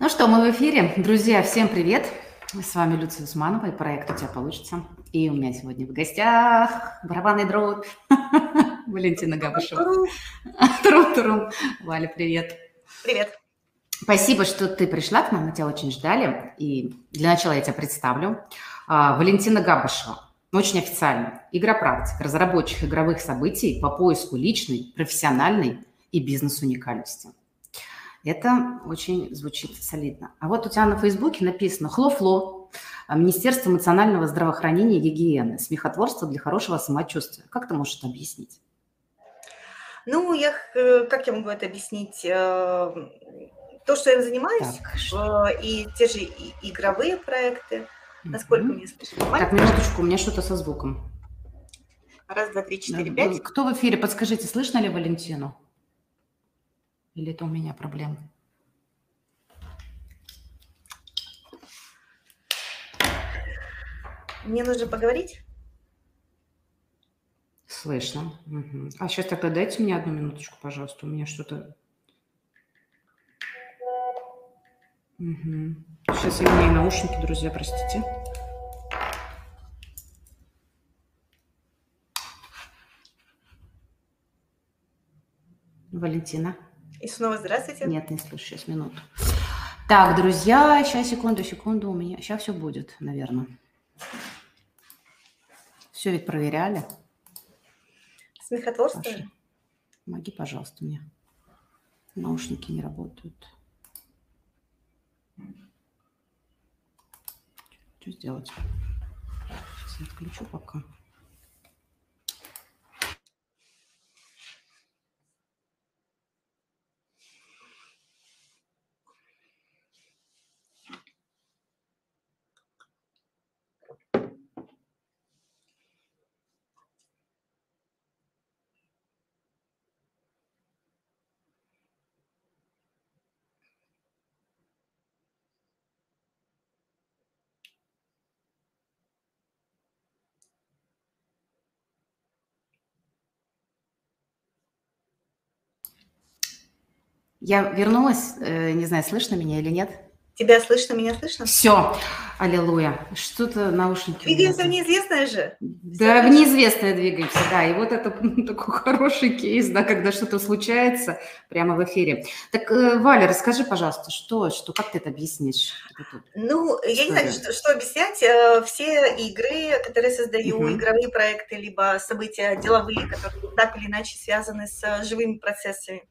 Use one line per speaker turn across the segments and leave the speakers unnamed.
Ну что, мы в эфире. Друзья, всем привет! С вами Люция Усманова и проект «У тебя получится». И у меня сегодня в гостях барабанный дробь Валентина Габышева. Турум-турум. Валя, привет.
Привет.
Спасибо, что ты пришла к нам, мы тебя очень ждали. И для начала я тебя представлю. Валентина Габышева. Очень официально. Игропрактик, разработчик игровых событий по поиску личной, профессиональной и бизнес-уникальности. Это очень звучит солидно. А вот у тебя на Фейсбуке написано «Хло-фло», Министерство эмоционального здравоохранения и гигиены, смехотворство для хорошего самочувствия. Как ты можешь это объяснить?
Ну, как я могу это объяснить? То, что я занимаюсь, и те же игровые проекты. Насколько меня слышно?
Так, минуточку, у меня что-то со звуком.
Раз, два, три, четыре, пять.
Кто в эфире? Подскажите, слышно ли Валентину? Или это у меня проблемы?
Мне нужно поговорить?
Слышно. Угу. А сейчас тогда дайте мне одну минуточку, пожалуйста. У меня что-то... Угу. Сейчас я меняю наушники, друзья, простите. Валентина.
И снова здравствуйте.
Нет, не слышу, сейчас, минуту. Так, друзья, сейчас, секунду, у меня... Сейчас все будет, наверное. Все ведь проверяли.
Смехотворство?
Паша, помоги, пожалуйста, мне. Наушники не работают. Что сделать? Сейчас я отключу пока. Я вернулась, не знаю, слышно меня или нет.
Тебя слышно, меня слышно?
Все, аллилуйя. Что-то наушники...
Двигаемся в неизвестное же.
Да, в неизвестное двигаемся, да. И вот это такой хороший кейс, да, когда что-то случается прямо в эфире. Так, Валя, расскажи, пожалуйста, как ты это объяснишь?
Ну, я не знаю, что объяснять. Все игры, которые создаю, игровые проекты, либо события деловые, которые так или иначе связаны с живыми процессами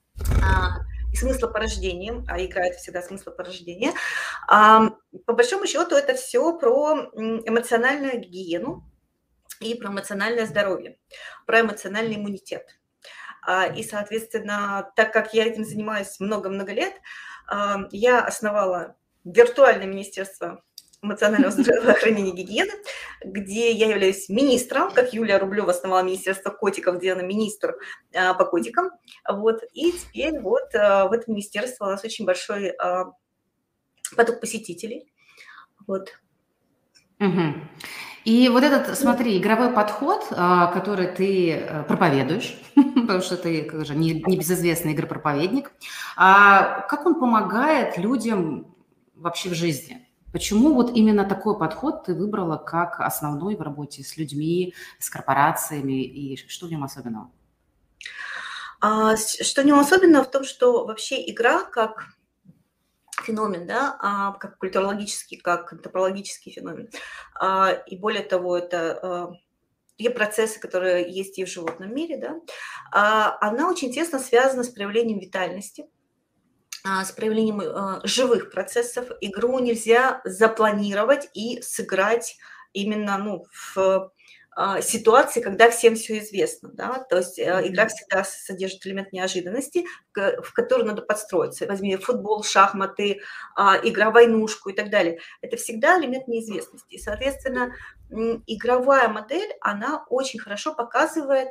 и смыслопорождением, а игра – это всегда смыслопорождение. По большому счету это все про эмоциональную гигиену и про эмоциональное здоровье, про эмоциональный иммунитет. И, соответственно, так как я этим занимаюсь много-много лет, я основала виртуальное министерство эмоционального здравоохранения и гигиены, где я являюсь министром, как Юлия Рублева основала министерство котиков, где она министр по котикам. Вот. И теперь вот в это министерство у нас очень большой поток посетителей. Вот.
Угу. И вот этот, смотри, игровой подход, который ты проповедуешь, потому что ты же не безызвестный игропроповедник, как он помогает людям вообще в жизни? Почему вот именно такой подход ты выбрала как основной в работе с людьми, с корпорациями, и что в нем особенного?
Что в нем особенного в том, что вообще игра как феномен, да, как культурологический, как антропологический феномен. И более того, это те процессы, которые есть и в животном мире, да, она очень тесно связана с проявлением витальности, с проявлением живых процессов. Игру нельзя запланировать и сыграть именно в ситуации, когда всем все известно. Да? То есть игра всегда содержит элемент неожиданности, в который надо подстроиться. Возьми футбол, шахматы, игра в войнушку и так далее. Это всегда элемент неизвестности. И, соответственно, игровая модель, она очень хорошо показывает...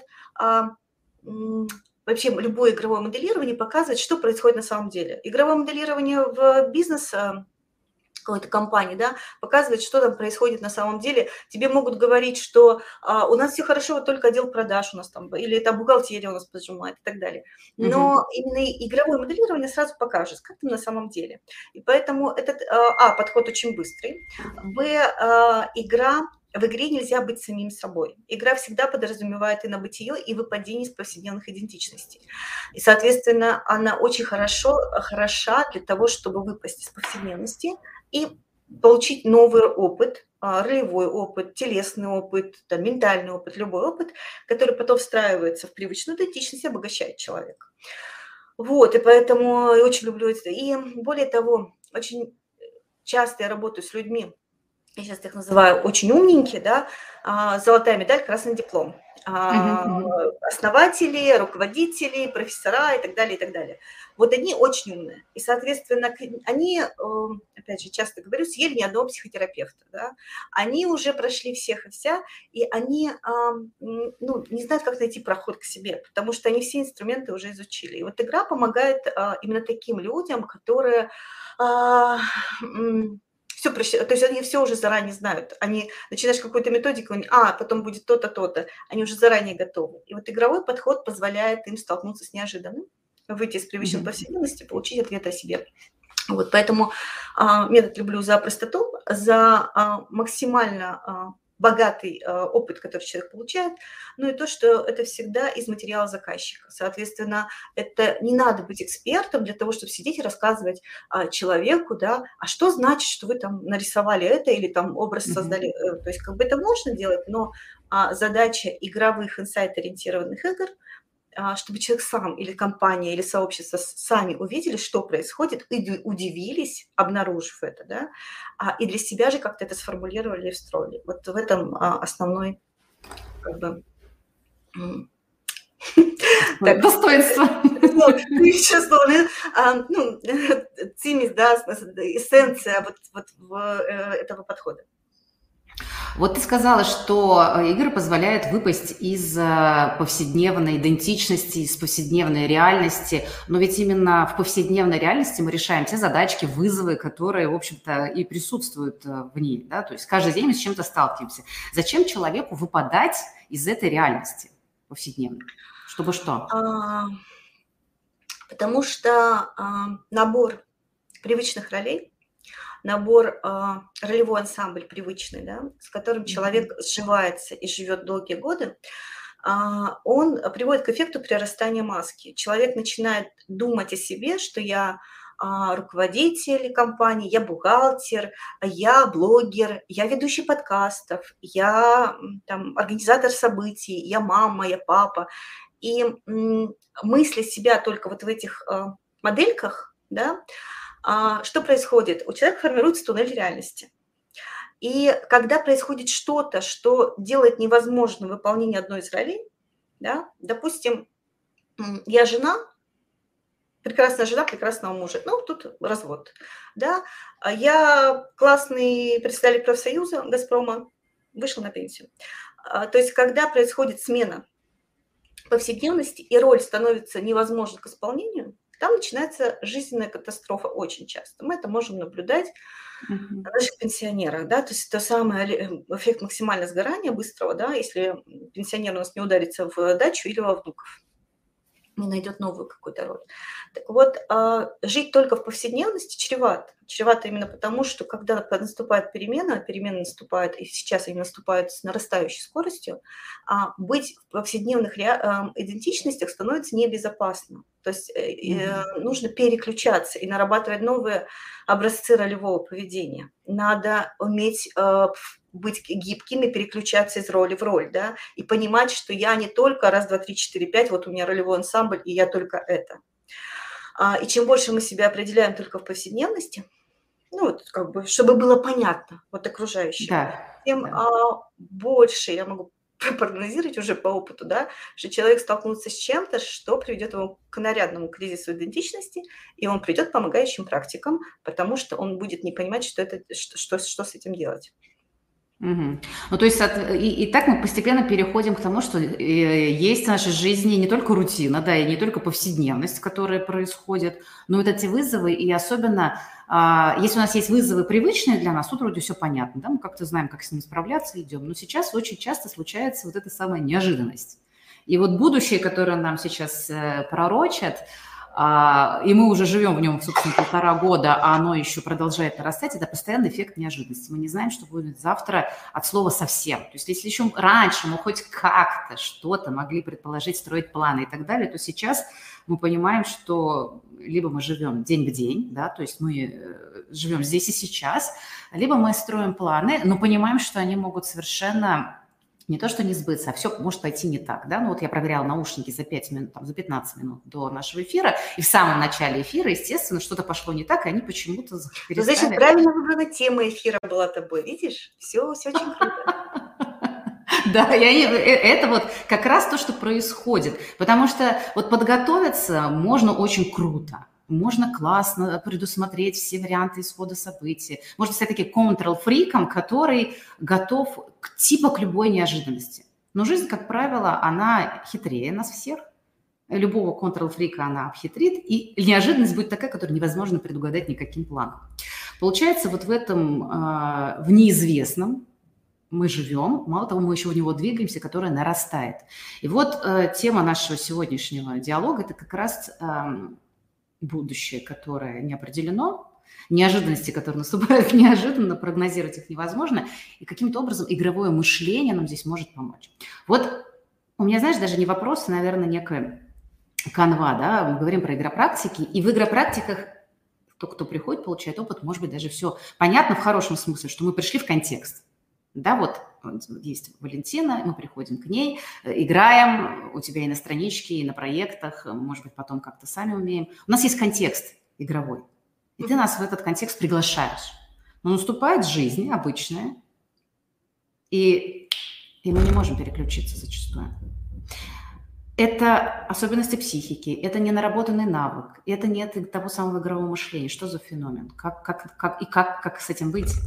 Вообще любое игровое моделирование показывает, что происходит на самом деле. Игровое моделирование в какой-то компании, да, показывать, что там происходит на самом деле. Тебе могут говорить, что у нас все хорошо, вот только отдел продаж у нас там, или там бухгалтерия у нас поджимает и так далее. Но именно игровое моделирование сразу покажет, как там на самом деле. И поэтому этот, подход очень быстрый, игра... В игре нельзя быть самим собой. Игра всегда подразумевает инобытие и выпадение из повседневных идентичностей. И, соответственно, она очень хороша для того, чтобы выпасть из повседневности и получить новый опыт, ролевой опыт, телесный опыт, там, ментальный опыт, любой опыт, который потом встраивается в привычную идентичность и обогащает человека. Вот, и поэтому я очень люблю это. И более того, очень часто я работаю с людьми, я сейчас их называю очень умненькие, да, золотая медаль, красный диплом. Основатели, руководители, профессора и так далее, и так далее. Вот они очень умные. И, соответственно, они, опять же, часто говорю, съели ни одного психотерапевта. Да? Они уже прошли всех и вся, и они не знают, как найти проход к себе, потому что они все инструменты уже изучили. И вот игра помогает именно таким людям, которые... Все, то есть они все уже заранее знают. Они начинаешь какую-то методику, потом будет то-то, то-то. Они уже заранее готовы. И вот игровой подход позволяет им столкнуться с неожиданным, выйти из привычной повседневности, получить ответ о себе. Вот, поэтому метод люблю за простоту, за максимально богатый опыт, который человек получает, ну и то, что это всегда из материала заказчика. Соответственно, это не надо быть экспертом для того, чтобы сидеть и рассказывать человеку, да, а что значит, что вы там нарисовали это или там образ создали. То есть как бы это можно делать, но задача игровых инсайт-ориентированных игр, чтобы человек сам или компания, или сообщество сами увидели, что происходит, и удивились, обнаружив это, да, и для себя же как-то это сформулировали и встроили. Вот в этом основной, как бы...
Достоинство.
Цимис, да, эссенция этого подхода.
Вот ты сказала, что игры позволяют выпасть из повседневной идентичности, из повседневной реальности, но ведь именно в повседневной реальности мы решаем те задачки, вызовы, которые, в общем-то, и присутствуют в ней, да, то есть каждый день мы с чем-то сталкиваемся. Зачем человеку выпадать из этой реальности повседневной? Чтобы что?
Потому что набор привычных ролей, набор, ролевой ансамбль привычный, да, с которым человек сживается и живет долгие годы, он приводит к эффекту прирастания маски. Человек начинает думать о себе, что я руководитель компании, я бухгалтер, я блогер, я ведущий подкастов, я там, организатор событий, я мама, я папа. И мысли себя только вот в этих модельках, да, что происходит? У человека формируется туннель реальности. И когда происходит что-то, что делает невозможным выполнение одной из ролей, да, допустим, я жена, прекрасная жена прекрасного мужа, ну, тут развод, да, я классный представитель профсоюза «Газпрома», вышел на пенсию. То есть когда происходит смена повседневности и роль становится невозможной к исполнению, там начинается жизненная катастрофа очень часто. Мы это можем наблюдать на наших пенсионерах, да, то есть это самый эффект максимального сгорания быстрого, да, если пенсионер у нас не ударится в дачу или во внуков, не найдет новую какую-то роль. Так вот, жить только в повседневности чревато. Чревато именно потому, что когда наступает перемена наступает, и сейчас они наступают с нарастающей скоростью, быть в повседневных идентичностях становится небезопасно. То есть нужно переключаться и нарабатывать новые образцы ролевого поведения. Надо уметь быть гибкими, переключаться из роли в роль, да, и понимать, что я не только раз, два, три, четыре, пять, вот у меня ролевой ансамбль, и я только это. И чем больше мы себя определяем только в повседневности, ну, вот как бы, чтобы было понятно вот окружающим, тем больше я могу прогнозировать уже по опыту, да, что человек столкнется с чем-то, что приведет его к нарядному кризису идентичности, и он придет к помогающим практикам, потому что он будет не понимать, что с этим делать.
Мгм. Ну, то есть и так мы постепенно переходим к тому, что есть в нашей жизни не только рутина, да, и не только повседневность, которая происходит, но вот эти вызовы, и особенно, если у нас есть вызовы привычные для нас, тут вроде все понятно, да, мы как-то знаем, как с ними справляться, идем, но сейчас очень часто случается вот эта самая неожиданность. И вот будущее, которое нам сейчас пророчат, и мы уже живем в нем, собственно, 1,5 года, а оно еще продолжает нарастать, это постоянный эффект неожиданности. Мы не знаем, что будет завтра от слова совсем. То есть если еще раньше мы хоть как-то что-то могли предположить, строить планы и так далее, то сейчас мы понимаем, что либо мы живем день в день, да, то есть мы живем здесь и сейчас, либо мы строим планы, но понимаем, что они могут совершенно не то, что не сбыться, а все может пойти не так, да. Ну вот я проверяла наушники за 5 минут, там, за 15 минут до нашего эфира, и в самом начале эфира, естественно, что-то пошло не так, и они почему-то
Ну,
перестали...
значит, правильно выбрана тема эфира была тобой, видишь? Все очень круто.
Да, это вот как раз то, что происходит. Потому что вот подготовиться можно очень круто. Можно классно предусмотреть все варианты исхода событий. Можно стать таким control-фриком, который готов типа к любой неожиданности. Но жизнь, как правило, она хитрее нас всех. Любого control-фрика она обхитрит, и неожиданность будет такая, которую невозможно предугадать никаким планом. Получается, вот в этом, в неизвестном, мы живем, мало того, мы еще в него двигаемся, которая нарастает. И вот тема нашего сегодняшнего диалога – это как раз будущее, которое не определено, неожиданности, которые наступают неожиданно, прогнозировать их невозможно, и каким-то образом игровое мышление нам здесь может помочь. Вот у меня, знаешь, даже не вопрос, а, наверное, некая канва, да, мы говорим про игропрактики, и в игропрактиках тот, кто приходит, получает опыт, может быть, даже все понятно в хорошем смысле, что мы пришли в контекст. Да, вот есть Валентина, мы приходим к ней, играем, у тебя и на страничке, и на проектах, может быть, потом как-то сами умеем. У нас есть контекст игровой, и ты нас в этот контекст приглашаешь. Но наступает жизнь обычная, и мы не можем переключиться зачастую. Это особенности психики, это не наработанный навык, это нет того самого игрового мышления. Что за феномен? Как с этим быть?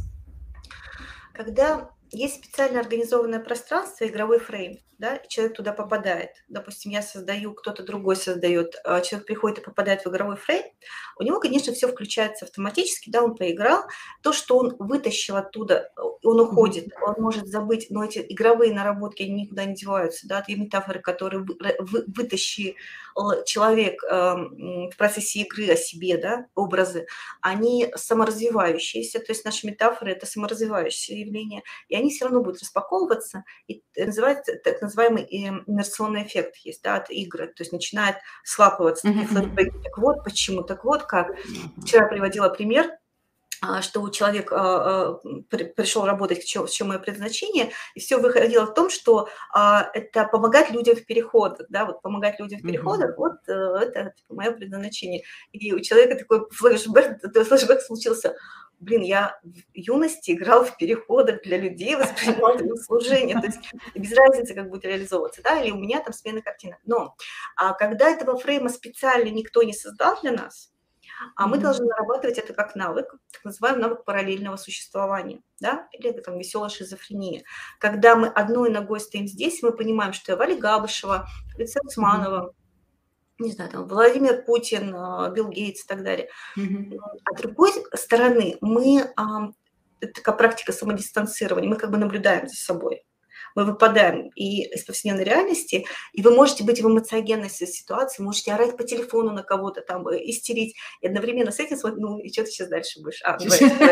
Когда есть специально организованное пространство, игровой фрейм, да, и человек туда попадает. Допустим, я создаю, кто-то другой создает, человек приходит и попадает в игровой фрейм, у него, конечно, все включается автоматически, да, он поиграл. То, что он вытащил оттуда, он уходит, он может забыть, но эти игровые наработки, они никуда не деваются, да, те метафоры, которые вытащил человек в процессе игры о себе, да, образы, они саморазвивающиеся, то есть наши метафоры – это саморазвивающееся явление, и они все равно будут распаковываться, и называется так называемый инерционный эффект есть, да, от игры, то есть начинает слапываться такие флешбеки, так вот почему, так вот как. Вчера приводила пример, что человек пришел работать, в чем мое предназначение, и все выходило в том, что это помогать людям в переходах, да, вот помогать людям в переходах, вот это типа, мое предназначение. И у человека такой флешбэк случился. Блин, я в юности играл в переходах для людей, воспринимал это служение, то есть без разницы, как будет реализовываться, да, или у меня там смена картины. Но когда этого фрейма специально никто не создал для нас, мы должны нарабатывать это как навык, так называемый навык параллельного существования, да, или там веселая шизофрения. Когда мы одной ногой стоим здесь, мы понимаем, что я Валя Габышева, Алексея Усманова, не знаю, там, Владимир Путин, Билл Гейтс и так далее. А с другой стороны, это такая практика самодистанцирования, мы как бы наблюдаем за собой. Мы выпадаем из повседневной реальности, и вы можете быть в эмоциогенной ситуации, можете орать по телефону на кого-то, там, истерить, и одновременно с этим смотреть, ну, и что ты сейчас дальше будешь? Да?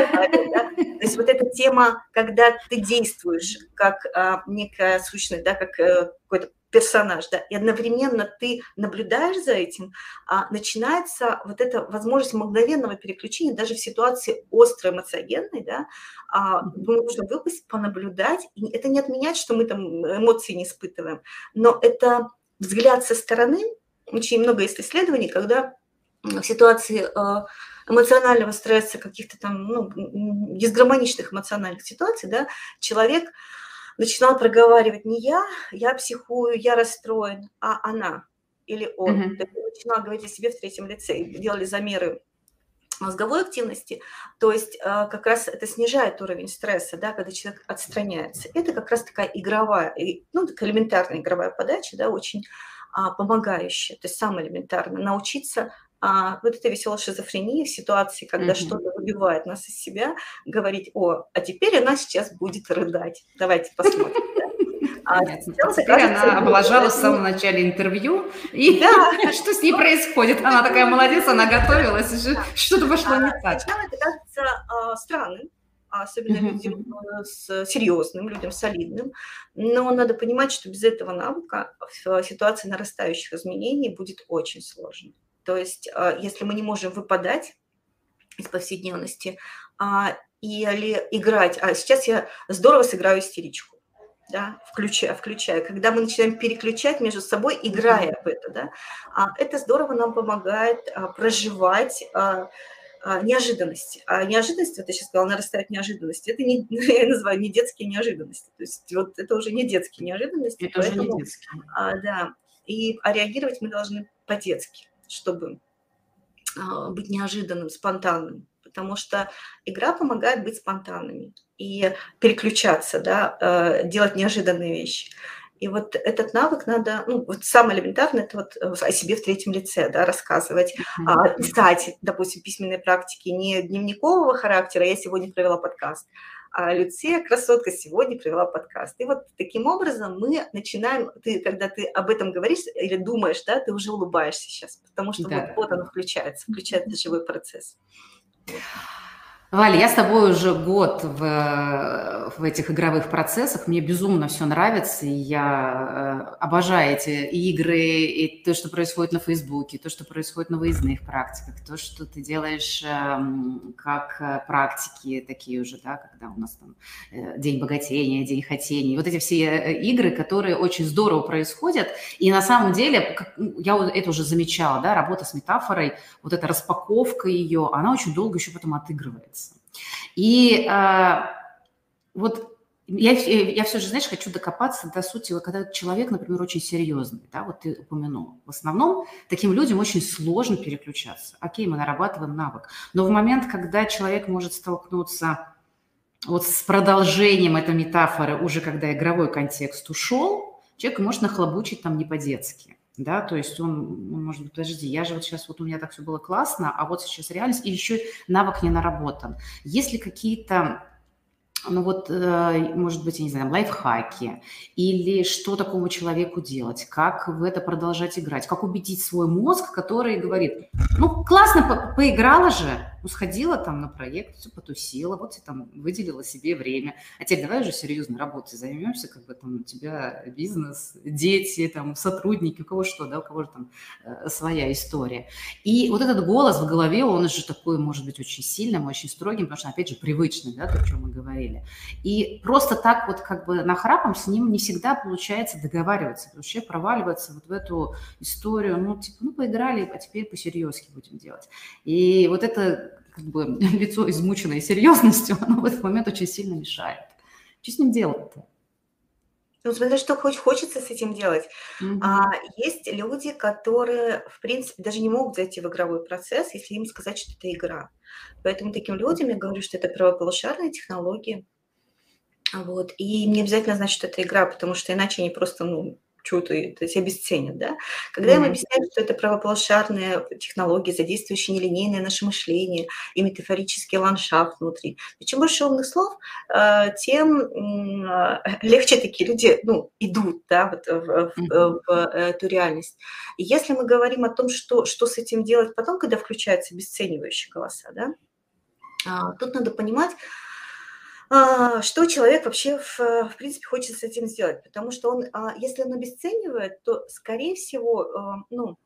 То есть вот эта тема, когда ты действуешь как некая сущность, да, как какой-то персонаж, да, и одновременно ты наблюдаешь за этим, начинается вот эта возможность мгновенного переключения даже в ситуации острой эмоциогенной, да, нужно выпасть, понаблюдать, и это не отменяет, что мы там эмоции не испытываем, но это взгляд со стороны, очень много есть исследований, когда в ситуации эмоционального стресса, каких-то там, ну, дисгармоничных эмоциональных ситуаций, да, человек начинал проговаривать не я психую, я расстроен, а она или он. То есть начинал говорить о себе в третьем лице. Делали замеры мозговой активности, то есть как раз это снижает уровень стресса, да, когда человек отстраняется. Это как раз такая игровая, ну, такая элементарная игровая подача, да, очень помогающая. То есть самое элементарное – научиться вот этой веселой шизофрении в ситуации, когда что-то выбивает нас из себя, говорить: о, а теперь она сейчас будет рыдать. Давайте посмотрим.
Понятно. А теперь она облажалась в самом начале интервью, и да. Что с ней происходит? Она такая молодец, она готовилась, что-то пошло не так.
Сначала это кажется странным, особенно людям с серьезным, людям солидным, но надо понимать, что без этого навыка в ситуации нарастающих изменений будет очень сложно. То есть если мы не можем выпадать из повседневности или играть, сейчас я здорово сыграю истеричку, да, включая. Когда мы начинаем переключать между собой, играя в это, да, это здорово нам помогает проживать неожиданности. А неожиданность, вот я сейчас сказала, нарастает неожиданность, это не, я называю не детские неожиданности. То есть вот это уже не детские неожиданности.
Это поэтому, уже не детские.
Да, а реагировать мы должны по-детски, чтобы быть неожиданным, спонтанным. Потому что игра помогает быть спонтанными и переключаться, да, делать неожиданные вещи. И вот этот навык надо, ну, вот самое элементарное, это вот о себе в третьем лице, да, рассказывать, писать, допустим, письменные практики не дневникового характера, я сегодня провела подкаст, а Люция, красотка, сегодня провела подкаст. И вот таким образом мы начинаем, когда ты об этом говоришь или думаешь, да, ты уже улыбаешься сейчас, потому что да. вот оно включается живой процесс.
Валя, я с тобой уже год в этих игровых процессах, мне безумно все нравится, и я обожаю эти игры, и то, что происходит на Фейсбуке, то, что происходит на выездных практиках, то, что ты делаешь как практики такие уже, да, когда у нас там День богатения, День хотений, вот эти все игры, которые очень здорово происходят, и на самом деле, я это уже замечала, да, работа с метафорой, вот эта распаковка ее, она очень долго еще потом отыгрывается. И вот я все же, знаешь, хочу докопаться до сути, когда человек, например, очень серьезный, да, вот ты упомянул. В основном таким людям очень сложно переключаться. Окей, мы нарабатываем навык, но в момент, когда человек может столкнуться вот с продолжением этой метафоры, уже когда игровой контекст ушел, человек может нахлобучить там не по-детски. Да, то есть он может быть, подожди, я же вот сейчас, вот у меня так все было классно, а вот сейчас реальность, и еще навык не наработан. Есть ли какие-то, ну вот, может быть, я не знаю, лайфхаки, или что такому человеку делать, как в это продолжать играть, как убедить свой мозг, который говорит, ну, классно поиграла же, ну, сходила там на проект, все потусила, вот ты там выделила себе время, а теперь давай уже серьезно работой займемся, как бы там у тебя бизнес, дети, там, сотрудники, у кого что, да, у кого же там своя история. И вот этот голос в голове, он же такой, может быть, очень сильным, очень строгим, потому что, опять же, привычный, да, то, о чем мы говорили. И просто так вот как бы нахрапом с ним не всегда получается договариваться, потому что человек проваливается вот в эту историю, ну, типа, ну, поиграли, а теперь по-серьезки будем делать. И вот это как бы лицо, измученное серьезностью, оно в этот момент очень сильно мешает. Что с ним делать-то?
Ну, смотря что хочется с этим делать. Есть люди, которые, в принципе, даже не могут зайти в игровой процесс, если им сказать, что это игра. Поэтому таким людям я говорю, что это правополушарные технологии. Вот. И не обязательно значит, что это игра, потому что иначе они просто, ну, что-то обесценят, да. Когда им объясняют, что это правополушарные технологии, задействующие нелинейное наше мышление и метафорический ландшафт внутри. И чем больше умных слов, тем легче такие люди, ну, идут, да, вот в эту реальность. И если мы говорим о том, что с этим делать потом, когда включаются обесценивающие голоса, да, тут надо понимать, что человек вообще, в принципе, хочет с этим сделать. Потому что он, если он обесценивает, то, скорее всего, ну,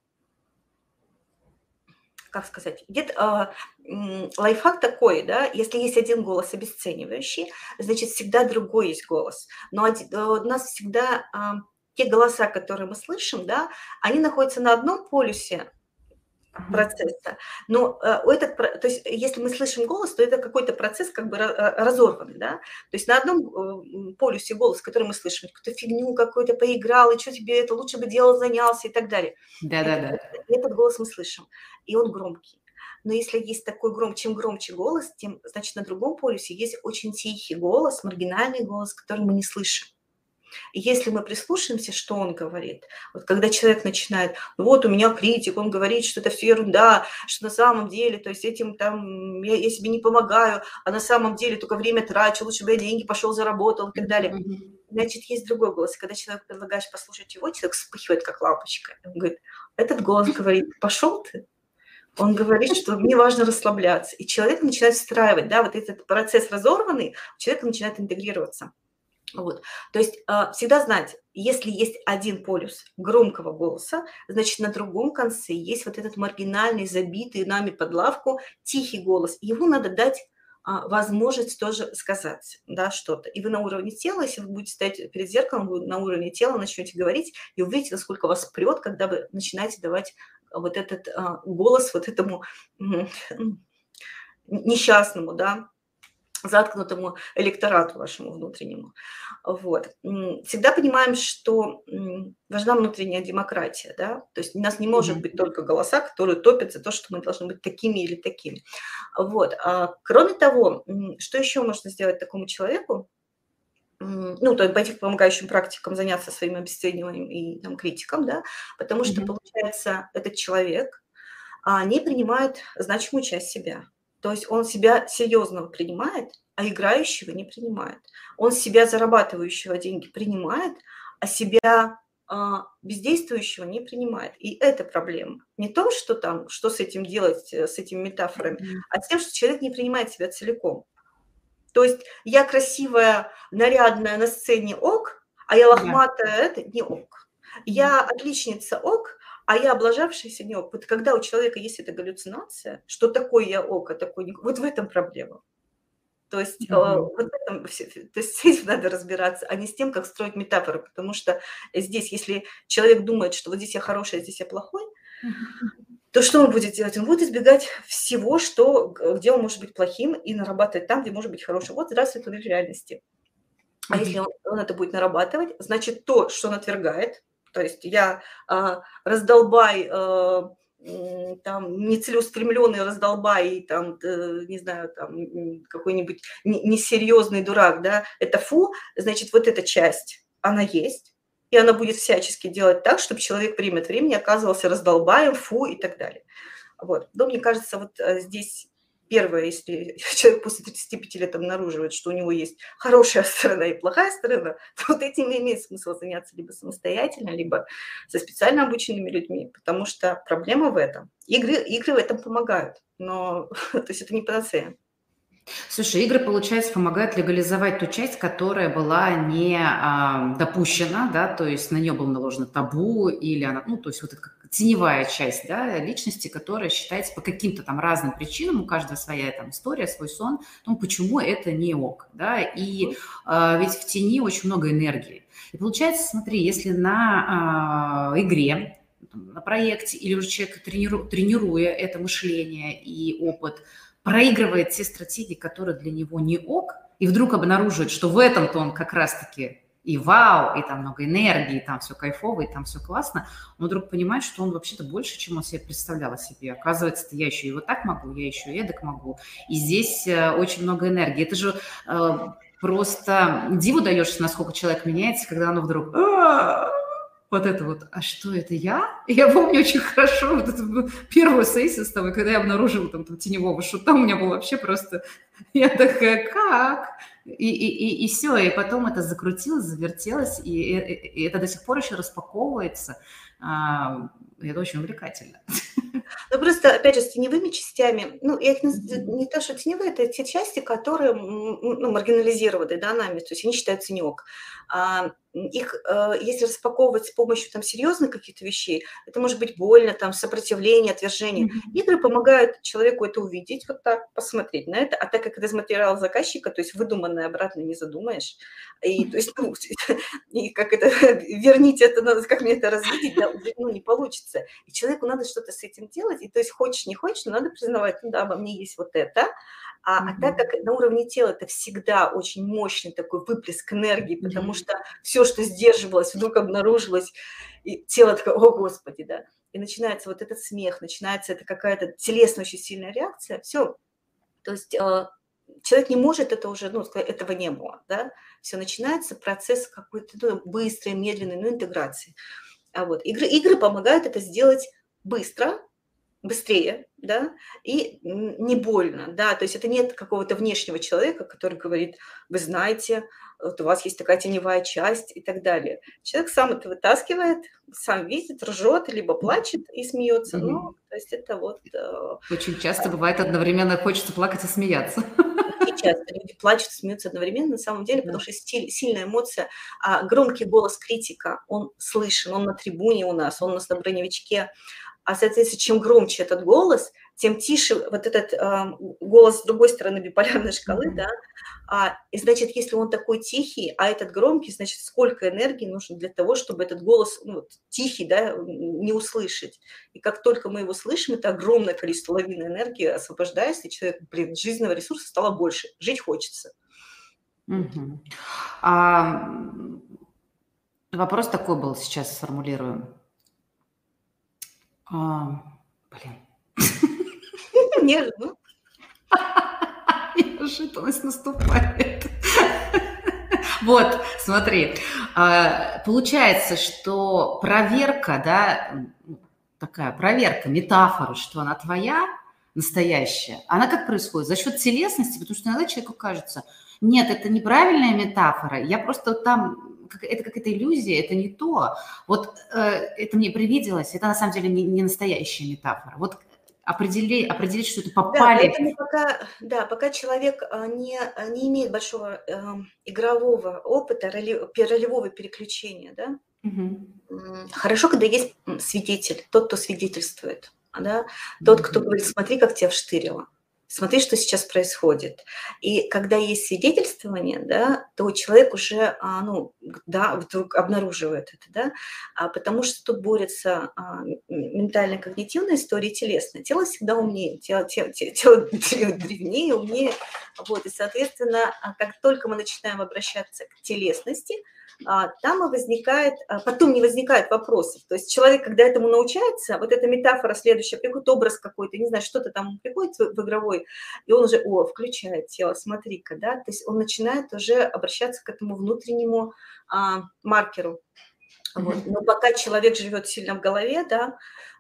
как сказать, где-то лайфхак такой, да, если есть один голос обесценивающий, значит, всегда другой есть голос. Но у нас всегда те голоса, которые мы слышим, да, они находятся на одном полюсе процесса. Но то есть если мы слышим голос, то это какой-то процесс как бы разорванный, да. То есть на одном полюсе голос, который мы слышим, какую-то фигню какую-то поиграл, и что тебе это, лучше бы делал, занялся и так далее.
Да-да-да.
Этот голос мы слышим, и он громкий. Но если есть такой чем громче голос, тем, значит, на другом полюсе есть очень тихий голос, маргинальный голос, который мы не слышим. И если мы прислушаемся, что он говорит, вот когда человек начинает, ну вот у меня критик, он говорит, что это все ерунда, что на самом деле, то есть этим там я себе не помогаю, а на самом деле только время трачу, лучше бы я деньги пошел заработал и так далее. Значит, есть другой голос. Когда человек предлагаешь послушать его, человек вспыхивает, как лампочка. Он говорит, этот голос говорит, пошел ты. Он говорит, что мне важно расслабляться. И человек начинает встраивать, да, вот этот процесс разорванный, человек начинает интегрироваться. Вот. То есть всегда знать, если есть один полюс громкого голоса, значит, на другом конце есть вот этот маргинальный, забитый нами под лавку тихий голос. Его надо дать возможность тоже сказать, да, что-то. И вы на уровне тела, если вы будете стоять перед зеркалом, вы на уровне тела начнете говорить, и увидите, насколько вас прет, когда вы начинаете давать вот этот голос вот этому несчастному, да, заткнутому электорату вашему внутреннему. Вот. Всегда понимаем, что важна внутренняя демократия, да, то есть у нас не может быть только голоса, которые топят за то, что мы должны быть такими или такими. Вот. Кроме того, что еще можно сделать такому человеку? Ну, то есть пойти к помогающим практикам, заняться своим обесцениванием и там, критиком, да, потому что, получается, этот человек не принимает значимую часть себя. То есть он себя серьезного принимает, а играющего не принимает. Он себя зарабатывающего деньги принимает, а себя бездействующего не принимает. И это проблема. Не то, что там, что с этим делать, с этими метафорами, а с тем, что человек не принимает себя целиком. То есть я красивая, нарядная на сцене ок, а я лохматая это не ок. Я отличница ок, а я облажавшаяся не ок. Вот когда у человека есть эта галлюцинация, что такое я ок, а такой не ок, вот в этом проблема. То есть, вот в этом, то есть с этим надо разбираться, а не с тем, как строить метафоры. Потому что здесь, если человек думает, что вот здесь я хороший, а здесь я плохой, то что он будет делать? Он будет избегать всего, где он может быть плохим, и нарабатывать там, где может быть хорошим. Вот здравствует модель реальности. А если он это будет нарабатывать, значит, то, что он отвергает, то есть я раздолбай, там, нецелеустремленный раздолбай, там, не знаю, там, какой-нибудь несерьезный дурак, да, это фу, значит, вот эта часть, она есть, и она будет всячески делать так, чтобы человек время от времени оказывался раздолбаем, фу и так далее. Вот. Но мне кажется, вот здесь первое, если человек после 35 лет обнаруживает, что у него есть хорошая сторона и плохая сторона, то вот этим и имеет смысл заняться либо самостоятельно, либо со специально обученными людьми, потому что проблема в этом. Игры в этом помогают, но то есть это не панацея.
Слушай, игры, получается, помогают легализовать ту часть, которая была не допущена, да, то есть на нее было наложено табу, или она, ну, то есть вот эта теневая часть, да, личности, которая считается по каким-то там разным причинам, у каждого своя там история, свой сон, ну, почему это не ок, да, и ведь в тени очень много энергии. И получается, смотри, если на игре, на проекте, или уже человек, тренируя это мышление и опыт, проигрывает те стратегии, которые для него не ок, и вдруг обнаруживает, что в этом-то он как раз-таки и вау, и там много энергии, и там все кайфово, и там все классно, он вдруг понимает, что он вообще-то больше, чем он себе представлял о себе. Оказывается, я еще и вот так могу, я еще и эдак могу. И здесь очень много энергии. Это же просто диву даешься, насколько человек меняется, когда оно вдруг... Вот это вот, а что это я? Я помню очень хорошо вот эту первую сессию с тобой, когда я обнаружила там теневого шута, у меня было вообще просто, я такая, как? И все, и потом это закрутилось, завертелось, и это до сих пор еще распаковывается. Это очень увлекательно.
Ну, просто, опять же, с теневыми частями, ну, я их не то, что теневые, это те части, которые, ну, маргинализированы, да, нами, то есть они считаются не ок. Их, если распаковывать с помощью там серьезных каких-то вещей, это может быть больно, там, сопротивление, отвержение. Игры помогают человеку это увидеть, вот так, посмотреть на это, а так как это из материала заказчика, то есть выдуманное обратно не задумаешь, и, то есть, ну, и как это, верните это, как мне это развидеть, да, ну, не получится. И человеку надо что-то с этим делать, и то есть хочешь, не хочешь, но надо признавать, ну, да, во мне есть вот это, а так как на уровне тела это всегда очень мощный такой выплеск энергии, потому что все, что сдерживалось, вдруг обнаружилось, и тело такое, о, Господи, да. и начинается вот этот смех, начинается это какая-то телесная очень сильная реакция, все. То есть человек не может это уже, ну, сказать, этого не было, да, все, начинается процесс какой-то, ну, быстрой, медленной, ну, интеграции. А вот игры помогают это сделать быстро, быстрее, да, и не больно, да, то есть это нет какого-то внешнего человека, который говорит: вы знаете, вот у вас есть такая теневая часть и так далее. Человек сам это вытаскивает, сам видит, ржет, либо плачет и смеется, ну, то есть это вот...
Очень часто бывает одновременно хочется плакать и смеяться.
Очень часто люди плачут, смеются одновременно, на самом деле, потому что сильная эмоция, громкий голос критика, он слышен, он на трибуне у нас, он у нас на броневичке, а, соответственно, чем громче этот голос, тем тише вот этот голос с другой стороны биполярной шкалы, да, и, значит, если он такой тихий, а этот громкий, значит, сколько энергии нужно для того, чтобы этот голос, ну, вот, тихий, да, не услышать. И как только мы его слышим, это огромное количество лавины энергии освобождается, и человек, блин, жизненного ресурса стало больше, жить хочется.
Вопрос такой был, сейчас сформулирую. Блин.
Неожиданно.
Неожиданность наступает. Вот, смотри. Получается, что проверка, да, такая проверка метафоры, что она твоя, настоящая, она как происходит? За счет телесности, потому что иногда человеку кажется, нет, это неправильная метафора, я просто там... Это какая-то иллюзия, это не то. Вот это мне привиделось, это на самом деле не настоящая метафора. Вот определить, что это попали...
Да, пока человек не имеет большого игрового опыта, ролевого переключения, да, хорошо, когда есть свидетель, тот, кто свидетельствует, да, тот, кто говорит: смотри, как тебя вштырило. Смотри, что сейчас происходит. И когда есть свидетельствование, да, то человек уже, ну, да, вдруг обнаруживает это, да, потому что тут борются ментально-когнитивная история и телесная. Тело всегда умнее, тело древнее, умнее. Вот, и, соответственно, как только мы начинаем обращаться к телесности, там и возникает, потом не возникает вопросов. То есть человек, когда этому научается, вот эта метафора следующая, приходит образ какой-то, не знаю, что-то там приходит в игровой, и он уже, включает тело, смотри-ка, да, то есть он начинает уже обращаться к этому внутреннему маркеру. Вот. Но пока человек живет сильно в голове, да,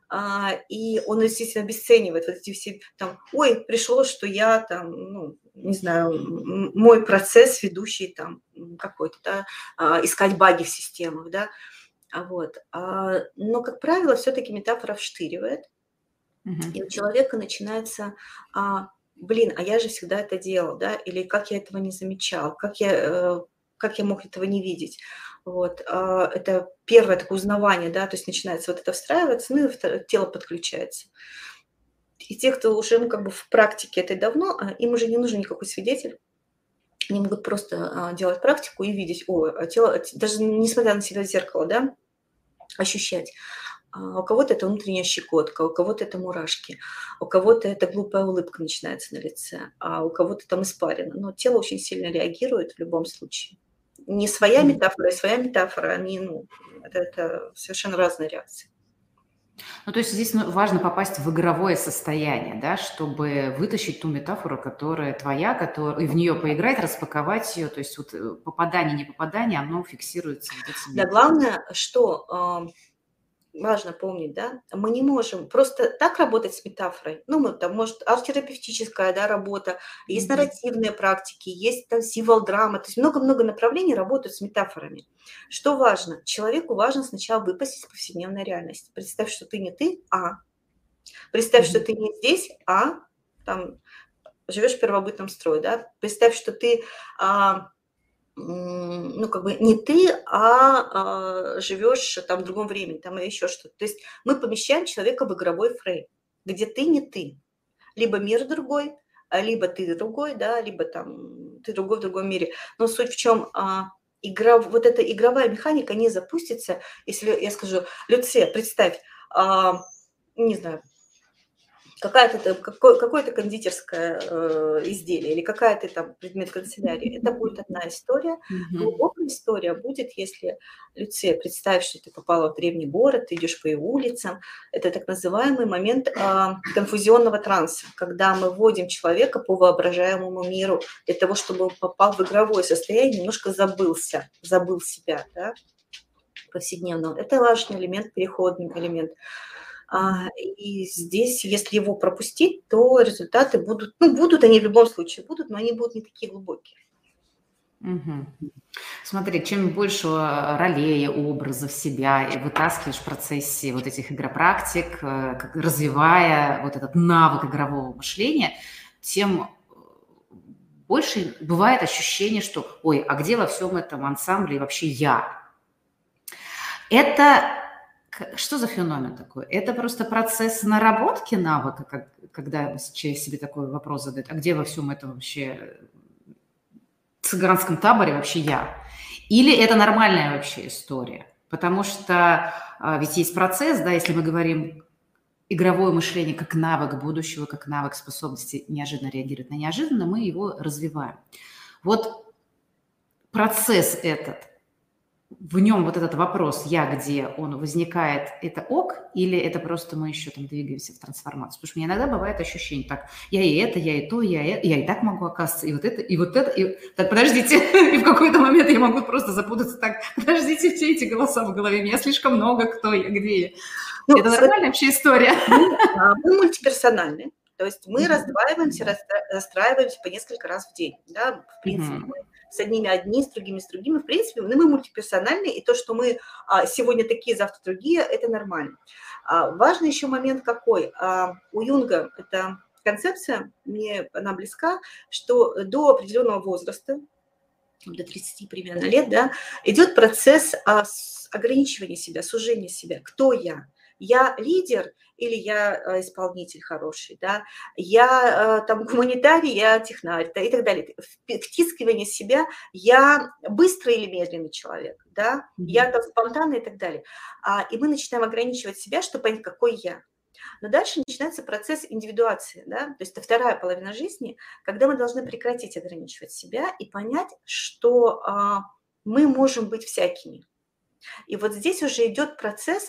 и он, естественно, обесценивает вот эти все там, ой, пришло, что я там, ну, не знаю, мой процесс ведущий там какой-то, да, искать баги в системах, да, вот. Но, как правило, все-таки метафора вштыривает, и у человека начинается, блин, а я же всегда это делал, да, или как я этого не замечал, как я мог этого не видеть. Вот, это первое такое узнавание, да, то есть начинается вот это встраиваться, ну и тело подключается. И те, кто уже, ну, как бы в практике этой давно, им уже не нужен никакой свидетель. Они могут просто делать практику и видеть, тело, даже несмотря на себя в зеркало, да, ощущать. У кого-то это внутренняя щекотка, у кого-то это мурашки, у кого-то это глупая улыбка начинается на лице, а у кого-то там испарина. Но тело очень сильно реагирует в любом случае. Не своя метафора, и своя метафора, они, ну, это совершенно разные реакции.
Ну, то есть здесь важно попасть в игровое состояние, да, чтобы вытащить ту метафору, которая твоя, и в нее поиграть, распаковать ее. То есть вот попадание, не попадание, оно фиксируется.
Да, главное, что важно помнить, да, мы не можем просто так работать с метафорой. Ну, мы там, может, арт-терапевтическая, да, работа, есть нарративные практики, есть там символ-драма, то есть много-много направлений работают с метафорами. Что важно? Человеку важно сначала выпасть из повседневной реальности. Представь, что ты не ты, представь, что ты не здесь, там живешь в первобытном строе, да. Представь, что ты ну, как бы не ты, живешь там в другом времени, там и еще что-то. То есть мы помещаем человека в игровой фрейм, где ты не ты. Либо мир другой, либо ты другой, да, либо там ты другой в другом мире. Но суть в чем, вот эта игровая механика не запустится, если я скажу: Люция, представь, не знаю, какое-то кондитерское изделие или какая-то там предмет канцелярии, это будет одна история. Глубокая история будет, если, Люция, представь, что ты попала в древний город, ты идешь по ее улицам. Это так называемый момент конфузионного транса, когда мы вводим человека по воображаемому миру для того, чтобы он попал в игровое состояние, немножко забыл себя, да, повседневного. Это важный элемент, переходный элемент. И здесь, если его пропустить, то результаты будут, будут они в любом случае, но они будут не такие глубокие.
Смотри, чем больше ролей, образов себя вытаскиваешь в процессе вот этих игропрактик, развивая вот этот навык игрового мышления, тем больше бывает ощущение, что, ой, а где во всем этом ансамбле вообще я? Это что за феномен такой? Это просто процесс наработки навыка, когда человек себе такой вопрос задает, а где во всем этом вообще цыганском таборе вообще я? Или это нормальная вообще история? Потому что ведь есть процесс, да, если мы говорим игровое мышление как навык будущего, как навык способности неожиданно реагировать на неожиданно, мы его развиваем. Вот процесс этот, в нем вот этот вопрос «я где?», он возникает, это ок, или это просто мы еще там двигаемся в трансформацию? Потому что у меня иногда бывает ощущение, так, я и это, я и то, я и так могу оказываться, и вот это, и вот это, и... Так, подождите, и в какой-то момент я могу просто запутаться, так, подождите, все эти голоса в голове, меня слишком много, кто я, где я. Это нормальная вообще история?
Мы мультиперсональны. То есть мы раздваиваемся, расстраиваемся по несколько раз в день. Да? В принципе, мы с одними одни, с другими. В принципе, мы мультиперсональны, и то, что мы сегодня такие, завтра другие, это нормально. Важный еще момент какой. У Юнга эта концепция, мне она близка, что до определенного возраста, до 30 примерно лет, да, идет процесс ограничивания себя, сужения себя. Кто я? Я лидер или я исполнитель хороший, да? Я там гуманитарий, я технарь, да, и так далее. Втискивание себя, я быстрый или медленный человек, да? Я там спонтанный и так далее. И мы начинаем ограничивать себя, чтобы понять, какой я. Но дальше начинается процесс индивидуации, да? То есть это вторая половина жизни, когда мы должны прекратить ограничивать себя и понять, что мы можем быть всякими. И вот здесь уже идет процесс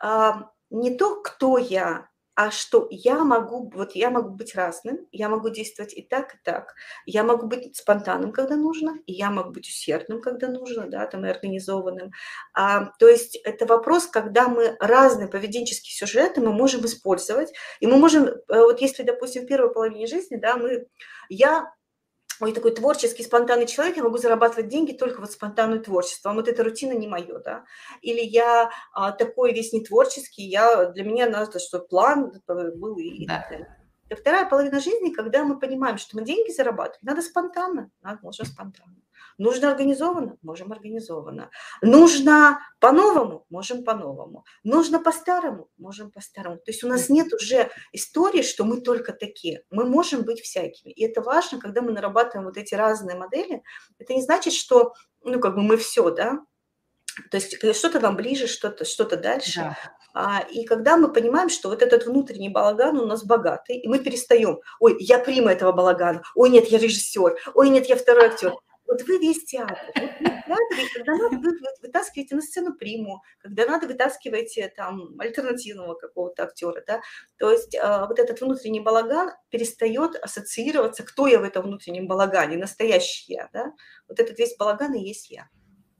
не то, кто я, а что я могу быть разным, я могу действовать и так, я могу быть спонтанным, когда нужно, и я могу быть усердным, когда нужно, да, там, и организованным. То есть это вопрос, когда мы разные поведенческие сюжеты мы можем использовать, и мы можем, вот если, допустим, в первой половине жизни, да, я такой творческий, спонтанный человек, я могу зарабатывать деньги только вот спонтанное творчество, а вот эта рутина не моё, да. Или я такой весь не творческий, для меня надо, чтобы план был и так далее. И вторая половина жизни, когда мы понимаем, что мы деньги зарабатываем, надо спонтанно, можем спонтанно. Нужно организованно, можем организованно. Нужно по-новому, можем по-новому. Нужно по-старому, можем по-старому. То есть у нас нет уже истории, что мы только такие. Мы можем быть всякими. И это важно, когда мы нарабатываем вот эти разные модели. Это не значит, что, мы все, да. То есть что-то нам ближе, что-то дальше. Да. И когда мы понимаем, что вот этот внутренний балаган у нас богатый, и мы перестаем, ой, я прима этого балагана, ой, нет, я режиссер, ой, нет, я второй актер. Вот вы весь театр. Вот вы в театре, когда надо, вы вытаскиваете на сцену приму, когда надо, вытаскиваете там альтернативного какого-то актера, да. То есть вот этот внутренний балаган перестает ассоциироваться, кто я в этом внутреннем балагане, настоящий я, да. Вот этот весь балаган и есть я.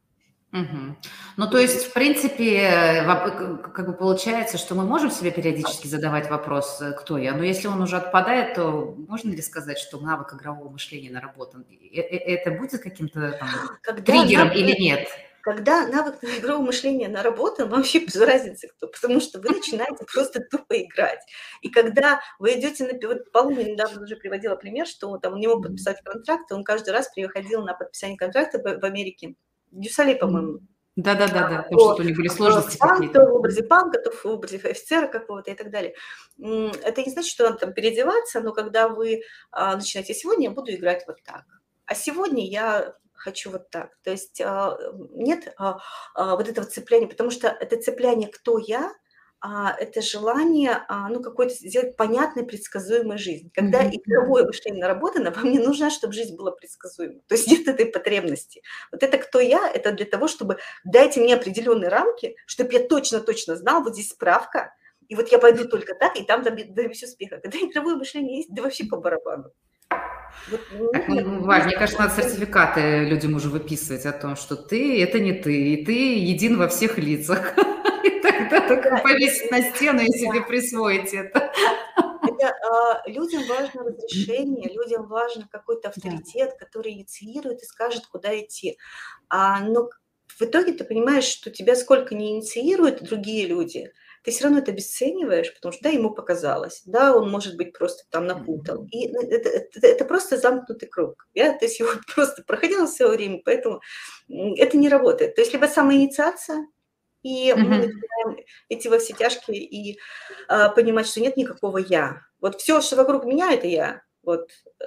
Ну, то есть, в принципе, как бы получается, что мы можем себе периодически задавать вопрос, кто я, но если он уже отпадает, то можно ли сказать, что навык игрового мышления наработан? Это будет каким-то триггером или нет?
Когда навык игрового мышления наработан, вообще без разницы кто, потому что вы начинаете просто тупо играть. И когда вы идете вот Палума недавно уже приводила пример, что там он не мог подписать контракт, и он каждый раз приходил на подписание контракта в Америке. Дюсалей, по-моему.
Да, потому что у них были сложности какие-то.
Кто в образе панка, кто в образе офицера какого-то и так далее. Это не значит, что надо там переодеваться, но когда вы начинаете сегодня, я буду играть вот так, а сегодня я хочу вот так. То есть нет вот этого цепляния, потому что это цепляние «кто я», это желание, ну, какой-то сделать понятной, предсказуемой жизнь. Когда игровое мышление наработано, вам не нужно, чтобы жизнь была предсказуема. То есть нет этой потребности. Вот это кто я, это для того, чтобы дайте мне определенные рамки, чтобы я точно-точно знал, вот здесь справка, и вот я пойду только так, и там добьюсь успеха. Когда игровое мышление есть, да вообще по барабану.
Вот, Валь, мне кажется, надо сертификаты людям уже выписывать о том, что ты – это не ты, и ты един во всех лицах. И тогда только повесить на стену и себе присвоить это.
Людям важно разрешение, людям важно какой-то авторитет, который инициирует и скажет, куда идти. Но в итоге ты понимаешь, что тебя сколько не инициируют другие люди, ты все равно это обесцениваешь, потому что, да, ему показалось, да, он, может быть, просто там напутал. И это просто замкнутый круг. Я, то есть, его просто проходила в свое время, поэтому это не работает. То есть либо самоинициация, и мы начинаем идти во все тяжкие и понимать, что нет никакого «я». Вот все, что вокруг меня, это я. Вот.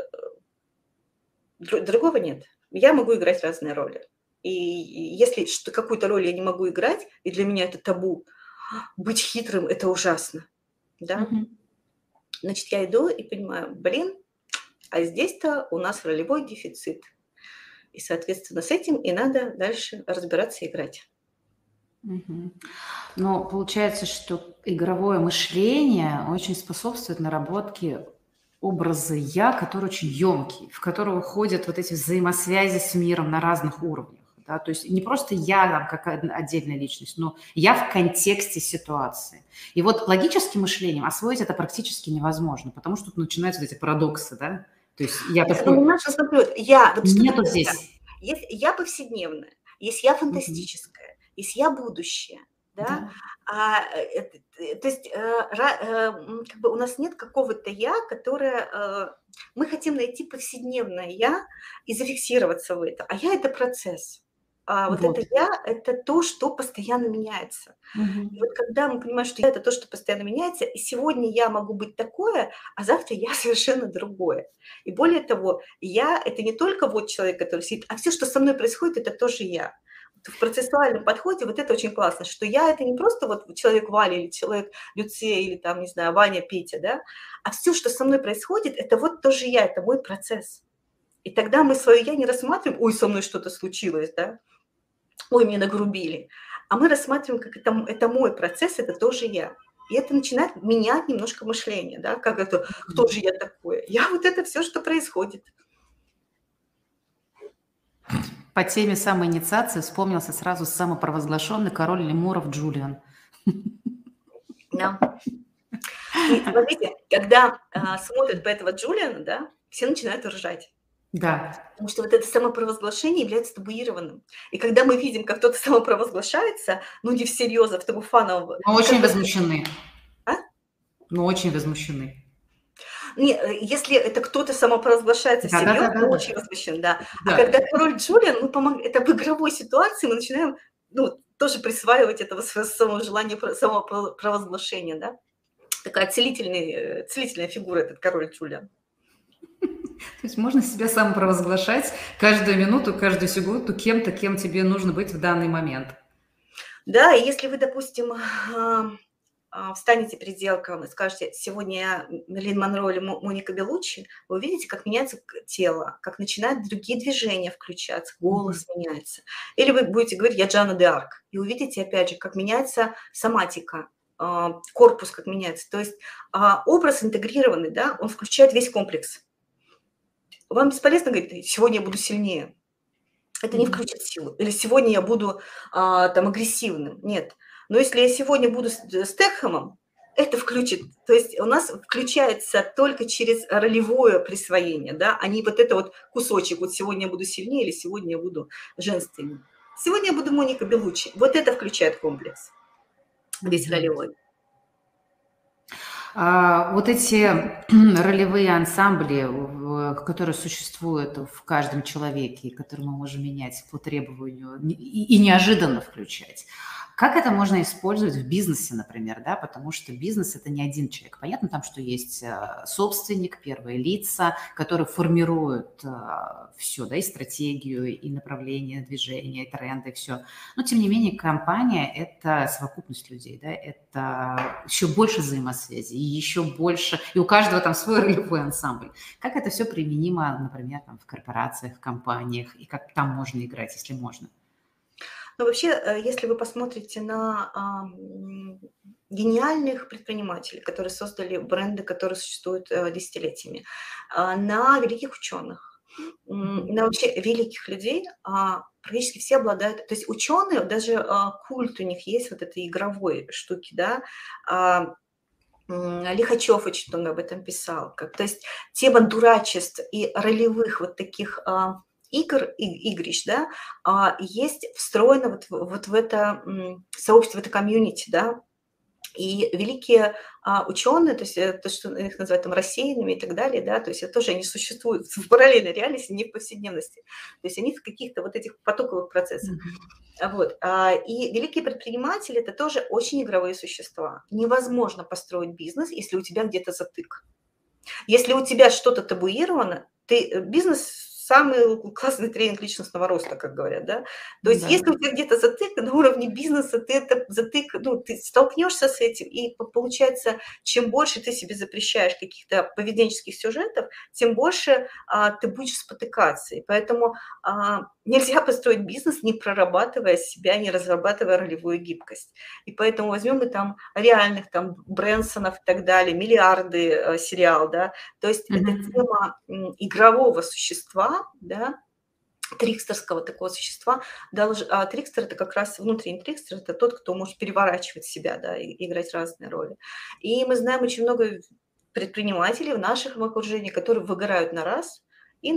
Другого нет. Я могу играть разные роли. И если какую-то роль я не могу играть, и для меня это табу, быть хитрым – это ужасно. Да? Значит, я иду и понимаю, блин, а здесь-то у нас ролевой дефицит. И, соответственно, с этим и надо дальше разбираться и играть.
Но получается, что игровое мышление очень способствует наработке образа «я», который очень емкий, в которого входят вот эти взаимосвязи с миром на разных уровнях. Да? То есть не просто я там, как отдельная личность, но я в контексте ситуации. И вот логическим мышлением освоить это практически невозможно, потому что тут начинаются вот эти парадоксы. Да? То есть я такой...
Нету здесь. Есть я повседневная, есть я фантастическая, есть я будущее. Да? То есть как бы у нас нет какого-то «я», которое… Мы хотим найти повседневное «я» и зафиксироваться в этом. А «я» – это процесс. Вот это «я» – это то, что постоянно меняется. И вот когда мы понимаем, что «я» – это то, что постоянно меняется, и сегодня я могу быть такое, а завтра я совершенно другое. И более того, «я» – это не только вот человек, который сидит, а все, что со мной происходит, это тоже «я». В процессуальном подходе вот это очень классно, что я – это не просто вот человек Валя или человек Люция или там, не знаю, Ваня, Петя, да, а все, что со мной происходит, это вот тоже я, это мой процесс. И тогда мы свое «я» не рассматриваем, ой, со мной что-то случилось, да, ой, мне нагрубили, а мы рассматриваем, как это мой процесс, это тоже я. И это начинает менять немножко мышление, да, как это, кто же я такое? Я вот это все, что происходит.
По теме самоинициации вспомнился сразу самопровозглашенный король лемуров Джулиан.
Да. И смотрите, когда смотрят по этого Джулиана, да, все начинают ржать.
Да.
Потому что вот это самопровозглашение является табуированным. И когда мы видим, как кто-то самопровозглашается, ну не всерьез, а в таком фановом…
Мы очень возмущены.
А?
Мы очень возмущены.
Нет, если это кто-то самопровозглашается всерьез, мы очень возмущены, да. А когда король Джулиан, это в игровой ситуации мы начинаем, ну, тоже присваивать этого своего желания самопровозглашения, да. Такая целительная фигура этот король Джулиан.
То есть можно себя самопровозглашать каждую минуту, каждую секунду кем-то, кем тебе нужно быть в данный момент.
Да, и если вы, допустим, встанете перед зеркалом и скажете, сегодня я Мерлин Монро или Моника Беллуччи, вы увидите, как меняется тело, как начинают другие движения включаться, голос меняется. Или вы будете говорить, я Жанна де Арк, и увидите, опять же, как меняется соматика, корпус как меняется. То есть образ интегрированный, да, он включает весь комплекс. Вам бесполезно говорить, сегодня я буду сильнее. Это не включит силу. Или сегодня я буду там агрессивным. Нет. Но если я сегодня буду Стэтхэмом, это включит. То есть у нас включается только через ролевое присвоение, да, а не вот это вот кусочек. Вот сегодня я буду сильнее или сегодня я буду женственнее. Сегодня я буду Моника Беллуччи. Вот это включает комплекс. Весь ролевой.
Вот эти ролевые ансамбли, которые существуют в каждом человеке, которые мы можем менять по требованию и неожиданно включать, Как это можно использовать в бизнесе, например, да, потому что бизнес – это не один человек. Понятно там, что есть собственник, первые лица, которые формируют все, да, и стратегию, и направление движения, и тренды, и все. Но, тем не менее, компания – это совокупность людей, да, это еще больше взаимосвязи, и еще больше, и у каждого там свой ролевой ансамбль. Как это все применимо, например, там, в корпорациях, в компаниях, и как там можно играть, если можно?
Но вообще, если вы посмотрите на гениальных предпринимателей, которые создали бренды, которые существуют десятилетиями, на великих ученых, на вообще великих людей, практически все обладают, то есть ученые, даже культ у них есть вот этой игровой штуки, да, Лихачев очень много об этом писал. То есть тема дурачеств и ролевых вот таких игрищ, да, есть встроено вот в это сообщество, в это комьюнити, да, и великие ученые, то есть то, что их называют там рассеянными и так далее, да, то есть это тоже они существуют в параллельной реальности, не в повседневности. То есть они в каких-то вот этих потоковых процессах. Вот. И великие предприниматели – это тоже очень игровые существа. Невозможно построить бизнес, если у тебя где-то затык. Если у тебя что-то табуировано, бизнес – самый классный тренинг личностного роста, как говорят, да. То есть если у тебя где-то затык на уровне бизнеса, ты это затык, ты столкнешься с этим, и получается, чем больше ты себе запрещаешь каких-то поведенческих сюжетов, тем больше ты будешь спотыкаться. И поэтому нельзя построить бизнес, не прорабатывая себя, не разрабатывая ролевую гибкость. И поэтому возьмем мы там реальных там Брэнсонов и так далее, миллиарды сериал, да. То есть это тема игрового существа, да, трикстерского такого существа. Трикстер – это как раз внутренний трикстер, это тот, кто может переворачивать себя, да, и играть разные роли. И мы знаем очень много предпринимателей в наших окружениях, которые выгорают на раз и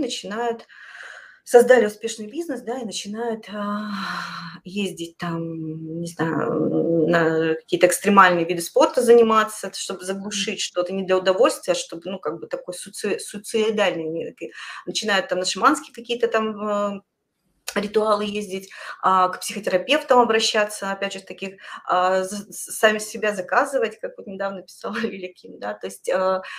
создали успешный бизнес, да, и начинают ездить там, не знаю, на какие-то экстремальные виды спорта заниматься, чтобы заглушить что-то не для удовольствия, а чтобы, ну, как бы такой суицидальный. Начинают там на шаманские какие-то там ритуалы ездить, к психотерапевтам обращаться, опять же, таких, сами себя заказывать, как вот недавно писала Лиля Ким, да, то есть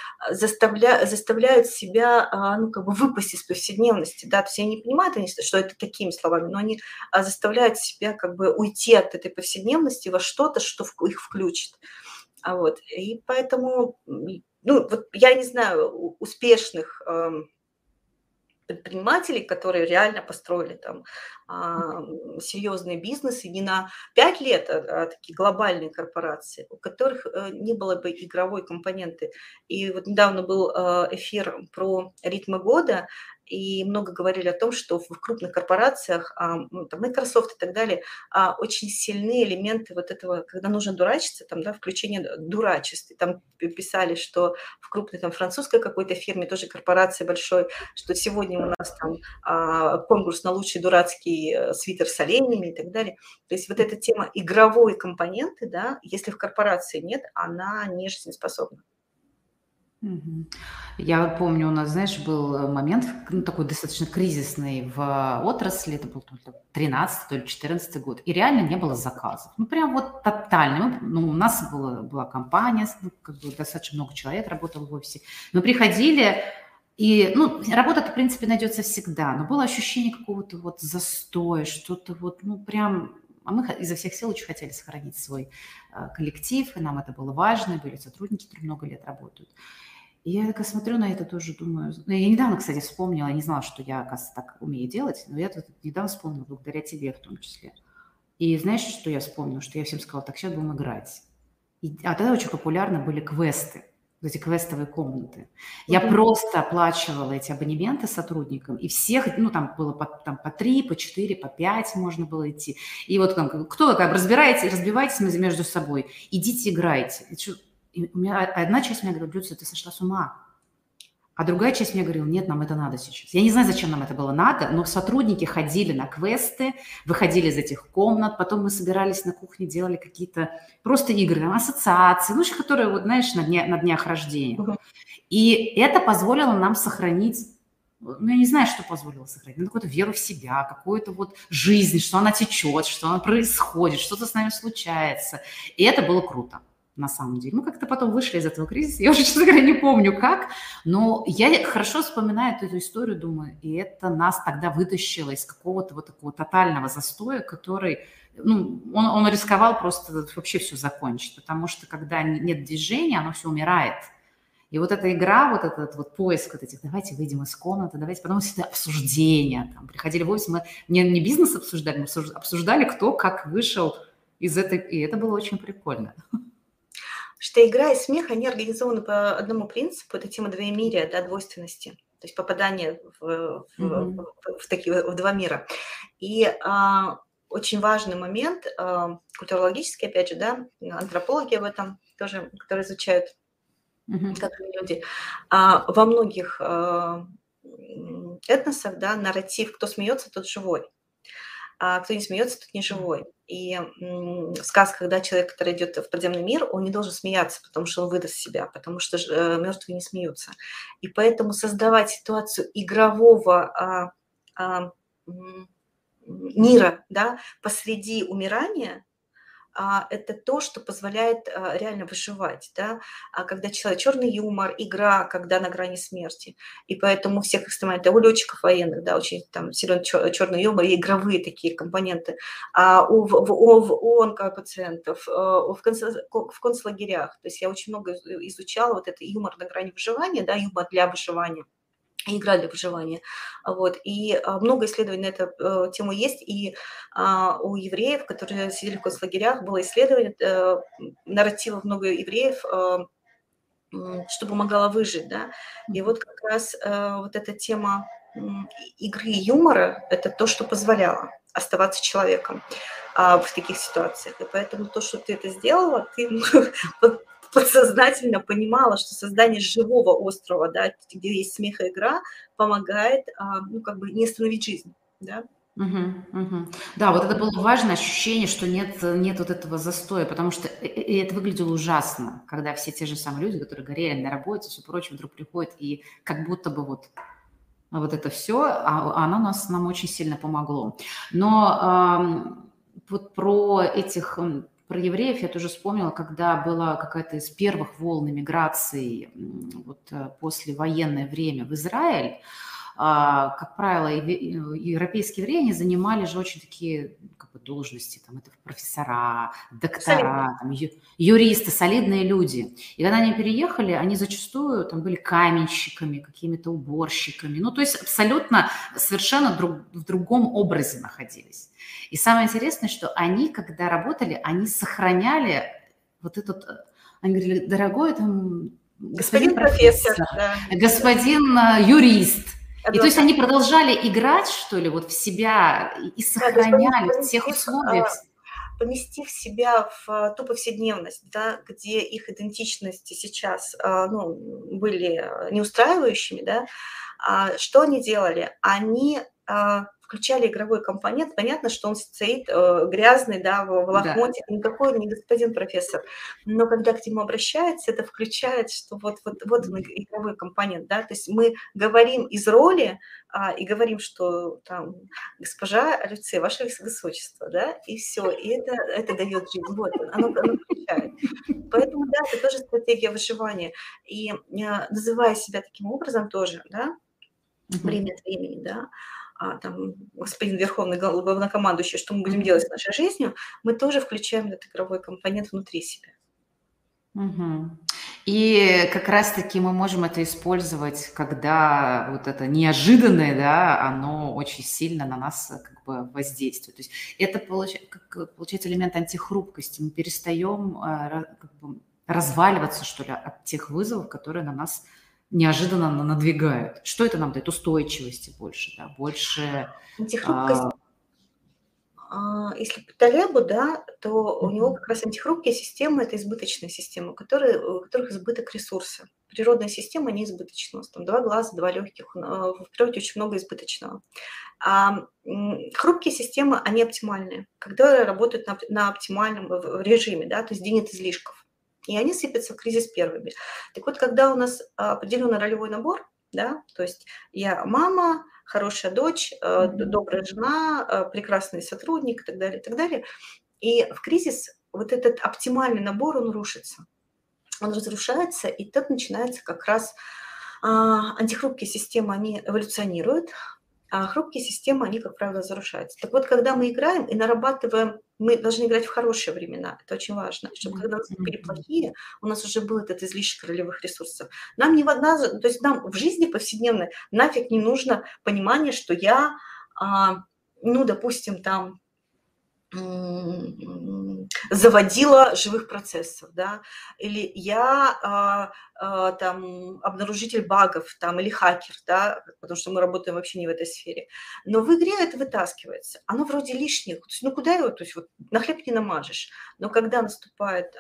заставляют себя, ну, как бы выпасть из повседневности, да, то есть я не понимаю, что это такими словами, но они заставляют себя как бы уйти от этой повседневности во что-то, что их включит. Вот, и поэтому, ну, вот я не знаю успешных предпринимателей, которые реально построили там серьезные бизнесы не на 5 лет, а такие глобальные корпорации, у которых не было бы игровой компоненты. И вот недавно был эфир про ритмы года, и много говорили о том, что в крупных корпорациях, там Microsoft и так далее, очень сильные элементы вот этого, когда нужно дурачиться, там, да, включение дурачеств. И там писали, что в крупной там французской какой-то фирме, тоже корпорации большой, что сегодня у нас там конкурс на лучший дурацкий свитер с оленями и так далее. То есть вот эта тема игровой компоненты, да, если в корпорации нет, она не жизнеспособна.
Я помню, у нас, знаешь, был момент, ну, такой достаточно кризисный в отрасли, это был 13-й или 14-й год, и реально не было заказов. Ну, прям вот тотально. Ну, у нас была компания, ну, как бы достаточно много человек работало в офисе. Мы приходили, и, ну, работа-то, в принципе, найдется всегда, но было ощущение какого-то вот застоя, что-то вот, ну, прям... А мы изо всех сил очень хотели сохранить свой коллектив, и нам это было важно, и были сотрудники, которые много лет работают. И я такая смотрю на это тоже, думаю... Ну, я недавно, кстати, вспомнила, я не знала, что я, оказывается, так умею делать, но я тут недавно вспомнила, благодаря тебе в том числе. И знаешь, что я вспомнила? Что я всем сказала, так, сейчас будем играть. А тогда очень популярны были квесты, эти квестовые комнаты. Я просто оплачивала эти абонементы сотрудникам, и всех, ну, там было по 3, по 4, по 5 можно было идти. И вот там, кто как разбивайтесь между собой, идите играйте. И у меня одна часть меня говорила, Люция, ты сошла с ума. А другая часть мне говорила, нет, нам это надо сейчас. Я не знаю, зачем нам это было надо, но сотрудники ходили на квесты, выходили из этих комнат, потом мы собирались на кухне, делали какие-то просто игры, там, ассоциации, ну, которые, вот, знаешь, на днях рождения. И это позволило нам сохранить ну, я не знаю, что позволило сохранить, ну, какую-то веру в себя, какую-то вот жизнь, что она течет, что она происходит, что-то с нами случается. И это было круто, на самом деле. Мы как-то потом вышли из этого кризиса, я уже, честно говоря, не помню как, но я хорошо вспоминаю эту историю, думаю, и это нас тогда вытащило из какого-то вот такого тотального застоя, который, ну, он рисковал просто вообще все закончить, потому что когда нет движения, оно все умирает. И вот эта игра, вот этот вот поиск вот этих, давайте выйдем из комнаты, давайте, потом всегда обсуждения, там, приходили в офис, мы не бизнес обсуждали, мы обсуждали, кто как вышел из этой, и это было очень прикольно.
Что игра и смех, они организованы по одному принципу, это тема двоемирия, да, двойственности, то есть попадание в два мира. И очень важный момент, культурологический, опять же, да, антропологи об этом тоже, которые изучают, как люди. Во многих этносах, да, нарратив «кто смеется, тот живой», а кто не смеется, тот не живой. И в сказках, когда человек, который идет в подземный мир, он не должен смеяться, потому что он выдаст себя, потому что мертвые не смеются. И поэтому создавать ситуацию игрового мира, да, посреди умирания, это то, что позволяет реально выживать, да, когда человек, черный юмор, игра, когда на грани смерти, и поэтому у всех экстремальных, да, у летчиков военных, да, очень там силен черный юмор и игровые такие компоненты, у онкопациентов, в концлагерях, то есть я очень много изучала вот это юмор на грани выживания, да, юмор для выживания, игра для выживания. Вот. И много исследований на эту тему есть. И у евреев, которые сидели в концлагерях, было исследование нарративов много евреев, что помогало выжить. Да? И вот как раз вот эта тема игры и юмора – это то, что позволяло оставаться человеком в таких ситуациях. И поэтому то, что ты это сделала, ты подсознательно понимала, что создание живого острова, да, где есть смех и игра, помогает, ну, как бы не остановить жизнь, да.
Да, вот это было важное ощущение, что нет вот этого застоя, потому что и это выглядело ужасно, когда все те же самые люди, которые горели на работе, все прочее, вдруг приходят, и как будто бы вот это все, оно нам очень сильно помогло. Но вот про евреев я тоже вспомнила, когда была какая-то из первых волн эмиграции вот, послевоенное время в Израиль. Как правило, европейские евреи, они занимали же очень такие как бы, должности, там, это профессора, доктора, там, юристы, солидные люди. И когда они переехали, они зачастую там были каменщиками, какими-то уборщиками, ну, то есть абсолютно совершенно в другом образе находились. И самое интересное, что они, когда работали, они сохраняли вот этот, они говорили, дорогой там господин профессор, да. Господин юрист. И то есть они продолжали играть, что ли, вот в себя и сохраняли в тех условиях.
Поместив себя в ту повседневность, да, где их идентичности сейчас были неустраивающими, да, что они делали? Они включали игровой компонент. Понятно, что он стоит грязный, да, в лохмоте, да. Никакой не господин профессор. Но когда к нему обращается, это включает, что вот он игровой компонент. Да? То есть мы говорим из роли и говорим, что там госпожа Люция, ваше высочество, да, и все. И это дает жизнь. Вот, оно включает. Поэтому, да, это тоже стратегия выживания. И называя себя таким образом тоже, да, время от времени, да, там, господин Верховный Главнокомандующий, что мы будем делать с нашей жизнью, мы тоже включаем этот игровой компонент внутри себя.
И как раз-таки мы можем это использовать, когда вот это неожиданное, да, оно очень сильно на нас как бы воздействует. То есть это получается элемент антихрупкости. Мы перестаем как бы разваливаться, что ли, от тех вызовов, которые на нас неожиданно надвигают. Что это нам дает? Устойчивости больше, да, больше...
Антихрупкость. Если по Талебу, да, то у него как раз антихрупкие системы – это избыточные системы, у которых избыток ресурса. Природная система не избыточна. Там 2 глаза, 2 легких. В природе очень много избыточного. Хрупкие системы, они оптимальные, когда работают на оптимальном режиме, да, то есть где нет излишков. И они сыпятся в кризис первыми. Так вот, когда у нас определенный ролевой набор, да, то есть я мама, хорошая дочь, добрая жена, прекрасный сотрудник и так далее, и так далее. И в кризис вот этот оптимальный набор, он рушится. Он разрушается, и тут начинается как раз антихрупкие системы, они эволюционируют, а хрупкие системы, они, как правило, разрушаются. Так вот, когда мы играем и нарабатываем, мы должны играть в хорошие времена, это очень важно, чтобы когда наступили плохие, у нас уже был этот излишек ролевых ресурсов. Нам не то есть нам в жизни повседневной нафиг не нужно понимание, что я, ну, допустим, там, заводила живых процессов, да, или я там обнаружитель багов, там, или хакер, да, потому что мы работаем вообще не в этой сфере. Но в игре это вытаскивается. Оно вроде лишнее, то есть, ну куда его, то есть вот на хлеб не намажешь. Но когда наступают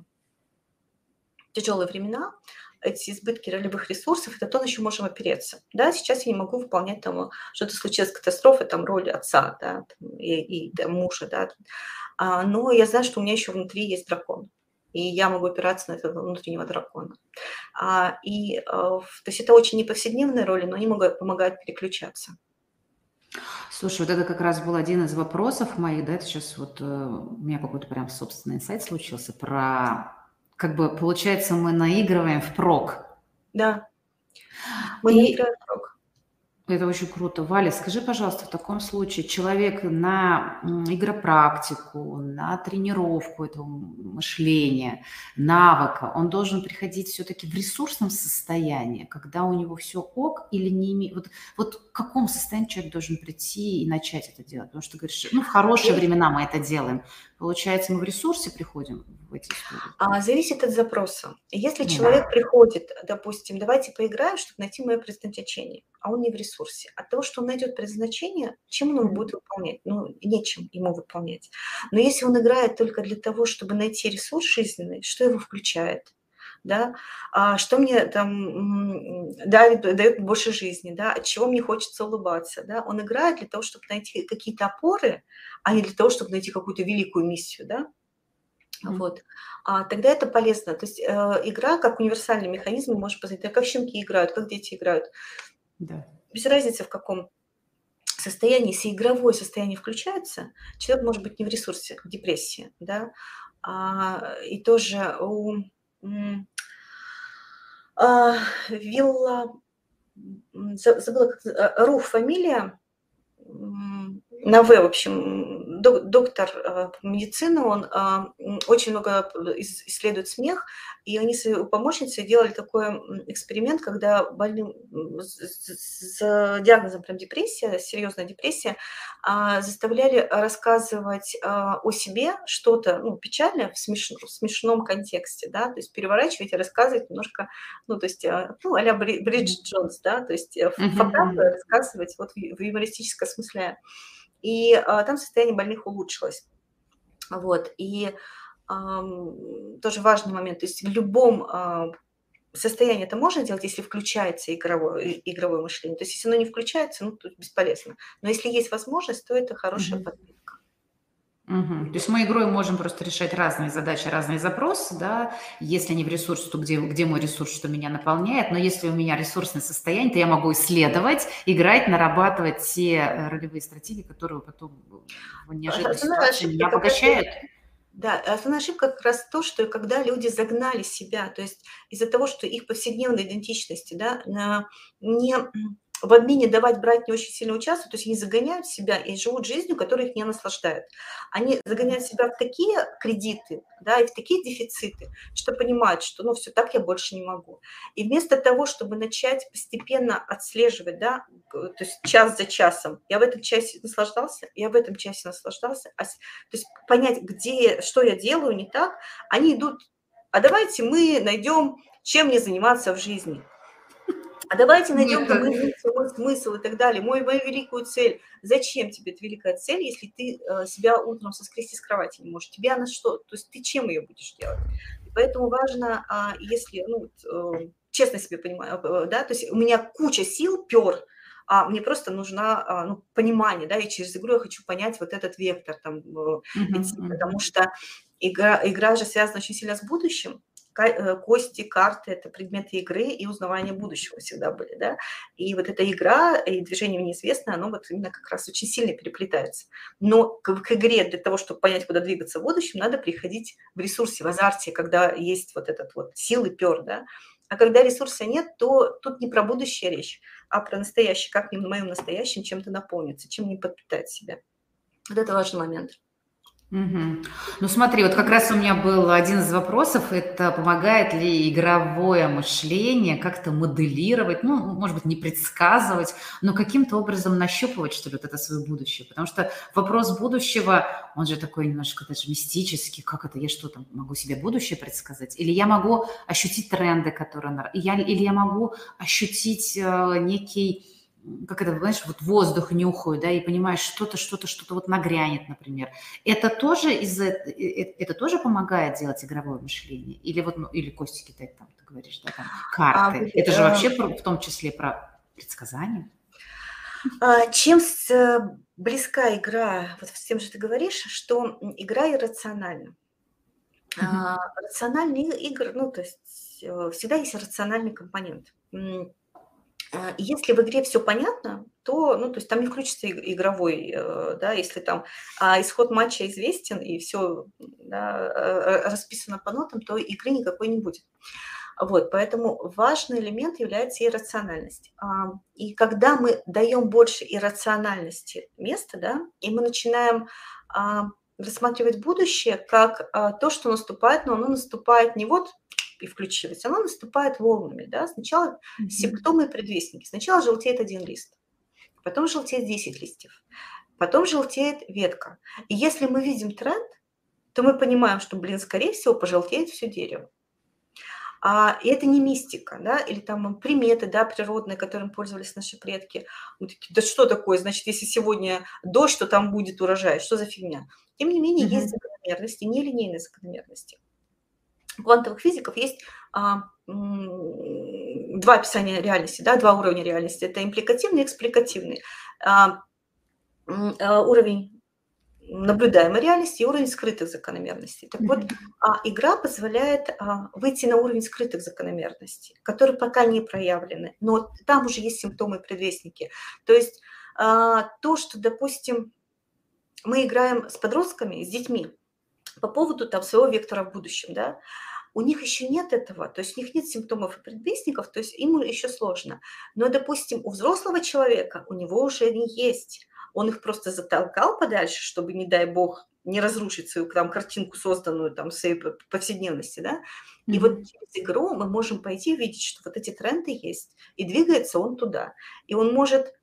тяжелые времена, эти избытки ролевых ресурсов, это то, на что можем опереться. Да, сейчас я не могу выполнять там, что-то случилось, катастрофа, там, роль отца, да, и мужа, да. Но я знаю, что у меня еще внутри есть дракон, и я могу опираться на этого внутреннего дракона. То есть это очень неповседневные роли, но они помогают переключаться.
Слушай, вот это как раз был один из вопросов моих, да, это сейчас вот у меня какой-то прям собственный инсайт случился про, как бы, получается, мы наигрываем впрок.
Да, мы наиграем впрок.
Это очень круто. Валя, скажи, пожалуйста, в таком случае человек на игропрактику, на тренировку этого мышления, навыка, он должен приходить все-таки в ресурсном состоянии, когда у него все ок, или не имеет... Вот в каком состоянии человек должен прийти и начать это делать? Потому что ты говоришь, ну, в хорошие времена мы это делаем. Получается, мы в ресурсе приходим в эти истории?
Зависит от запроса. Если человек приходит, допустим, давайте поиграем, чтобы найти мое предназначение, а он не в ресурсе. От того, что он найдет предназначение, чем он его будет выполнять? Ну, нечем ему выполнять. Но если он играет только для того, чтобы найти ресурс жизненный, что его включает? Да? Что мне там дает больше жизни, да? От чего мне хочется улыбаться? Да? Он играет для того, чтобы найти какие-то опоры, а не для того, чтобы найти какую-то великую миссию, да? Вот. Тогда это полезно. То есть игра как универсальный механизм, мы можем посмотреть, как щенки играют, как дети играют.
Да.
Без разницы в каком состоянии, если игровое состояние включается, человек может быть не в ресурсе, в депрессии, да. И тоже у забыла, как Рух фамилия, на В, в общем, доктор по медицине, он очень много исследует смех, и они с его помощницей делали такой эксперимент, когда больным с диагнозом прям депрессия, серьезная депрессия, заставляли рассказывать о себе что-то, ну, печальное в смешном контексте, да, то есть переворачивать и рассказывать немножко, ну, то есть, ну, а-ля Бриджит Джонс, да, то есть факапы рассказывать вот в юмористическом смысле. И там состояние больных улучшилось. Вот. И тоже важный момент. То есть в любом состоянии это можно делать, если включается игровое мышление. То есть если оно не включается, ну, тут бесполезно. Но если есть возможность, то это хорошая подпитка.
То есть мы игрой можем просто решать разные задачи, разные запросы, да, если не в ресурсе, то где мой ресурс, что меня наполняет, но если у меня ресурсное состояние, то я могу исследовать, играть, нарабатывать те ролевые стратегии, которые потом в неожиданной ситуации меня обогащают.
Да, основная ошибка как раз то, что когда люди загнали себя, то есть из-за того, что их повседневной идентичности, да, не в обмене давать, брать не очень сильно участвуют, то есть они загоняют себя и живут жизнью, которая их не наслаждает. Они загоняют себя в такие кредиты, да, и в такие дефициты, что понимают, что, ну, все, так я больше не могу. И вместо того, чтобы начать постепенно отслеживать, да, то есть час за часом, я в этом часе наслаждался, я в этом часе наслаждался, то есть понять, что я делаю не так, они идут, а давайте мы найдем, чем мне заниматься в жизни. А давайте найдем мой смысл и так далее, мою великую цель. Зачем тебе эта великая цель, если ты себя утром соскрести с кровати не можешь? Тебе она что? То есть ты чем ее будешь делать? И поэтому важно, если, ну, честно себе понимаю, да, то есть у меня куча сил, а мне просто нужно понимание, да, и через игру я хочу понять вот этот вектор там, идти, потому что игра же связана очень сильно с будущим. кости, карты – это предметы игры и узнавания будущего всегда были, да. И вот эта игра и движение в неизвестное, оно вот именно как раз очень сильно переплетается. Но к игре для того, чтобы понять, куда двигаться в будущем, надо приходить в ресурсе, в азарте, когда есть вот этот вот силы пёр, да. А когда ресурса нет, то тут не про будущее речь, а про настоящее. Как мне в моем настоящем чем-то наполниться, чем мне подпитать себя. Вот это важный момент.
Мгм. Ну смотри, вот как раз у меня был один из вопросов, это помогает ли игровое мышление как-то моделировать, ну, может быть, не предсказывать, но каким-то образом нащупывать, что ли, вот это свое будущее. Потому что вопрос будущего, он же такой немножко даже мистический. Как это? Я что там, могу себе будущее предсказать? Или я могу ощутить тренды, которые... Или я могу ощутить некий... Как это, знаешь, вот воздух нюхаю, да, и понимаешь, что-то вот нагрянет, например. Это тоже это тоже помогает делать игровое мышление? Или вот, ну, или Костики, ты там, ты говоришь, да, там, карты. Это же вообще в том числе про предсказания?
Чем близка игра, вот с тем же ты говоришь, что игра иррациональна. Рациональные игры, ну, то есть всегда есть рациональный компонент. Если в игре все понятно, то, ну, то есть там не включится игровой, да, если там исход матча известен и все расписано по нотам, то игры никакой не будет. Вот, поэтому важный элемент является иррациональность. И когда мы даем больше иррациональности места, да, и мы начинаем рассматривать будущее как то, что наступает, но оно наступает не вот и включилось, оно наступает волнами, да. Сначала симптомы и предвестники. Сначала желтеет один лист, потом желтеет 10 листьев, потом желтеет ветка. И если мы видим тренд, то мы понимаем, что, скорее всего, пожелтеет все дерево. И это не мистика, да, или там приметы, да, природные, которым пользовались наши предки. Мы такие, да что такое, значит, если сегодня дождь, то там будет урожай, что за фигня? Тем не менее, есть закономерности, нелинейные закономерности. У квантовых физиков есть два описания реальности, да, два уровня реальности. Это импликативный и экспликативный. Уровень наблюдаемой реальности и уровень скрытых закономерностей. Так вот, игра позволяет выйти на уровень скрытых закономерностей, которые пока не проявлены, но там уже есть симптомы и предвестники. То есть то, что, допустим, мы играем с подростками, с детьми по поводу там своего вектора в будущем, да, у них еще нет этого, то есть у них нет симптомов и предвестников, то есть им еще сложно. Но, допустим, у взрослого человека у него уже они есть. Он их просто затолкал подальше, чтобы, не дай бог, не разрушить свою там картинку, созданную там в своей повседневности, да. И вот через игру мы можем пойти увидеть, что вот эти тренды есть, и двигается он туда. И он может,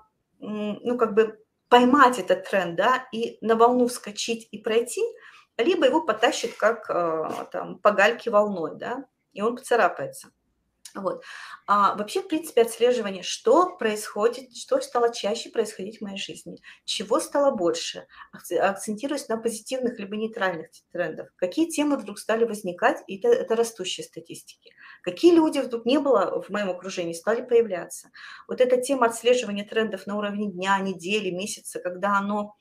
ну, как бы поймать этот тренд, да, и на волну вскочить и пройти, либо его потащит как там по гальке волной, да, и он поцарапается. Вот. Вообще, в принципе, отслеживание, что происходит, что стало чаще происходить в моей жизни, чего стало больше, акцентируясь на позитивных либо нейтральных трендах, какие темы вдруг стали возникать, и это растущие статистики, какие люди вдруг не было в моем окружении, стали появляться. Вот эта тема отслеживания трендов на уровне дня, недели, месяца, когда оно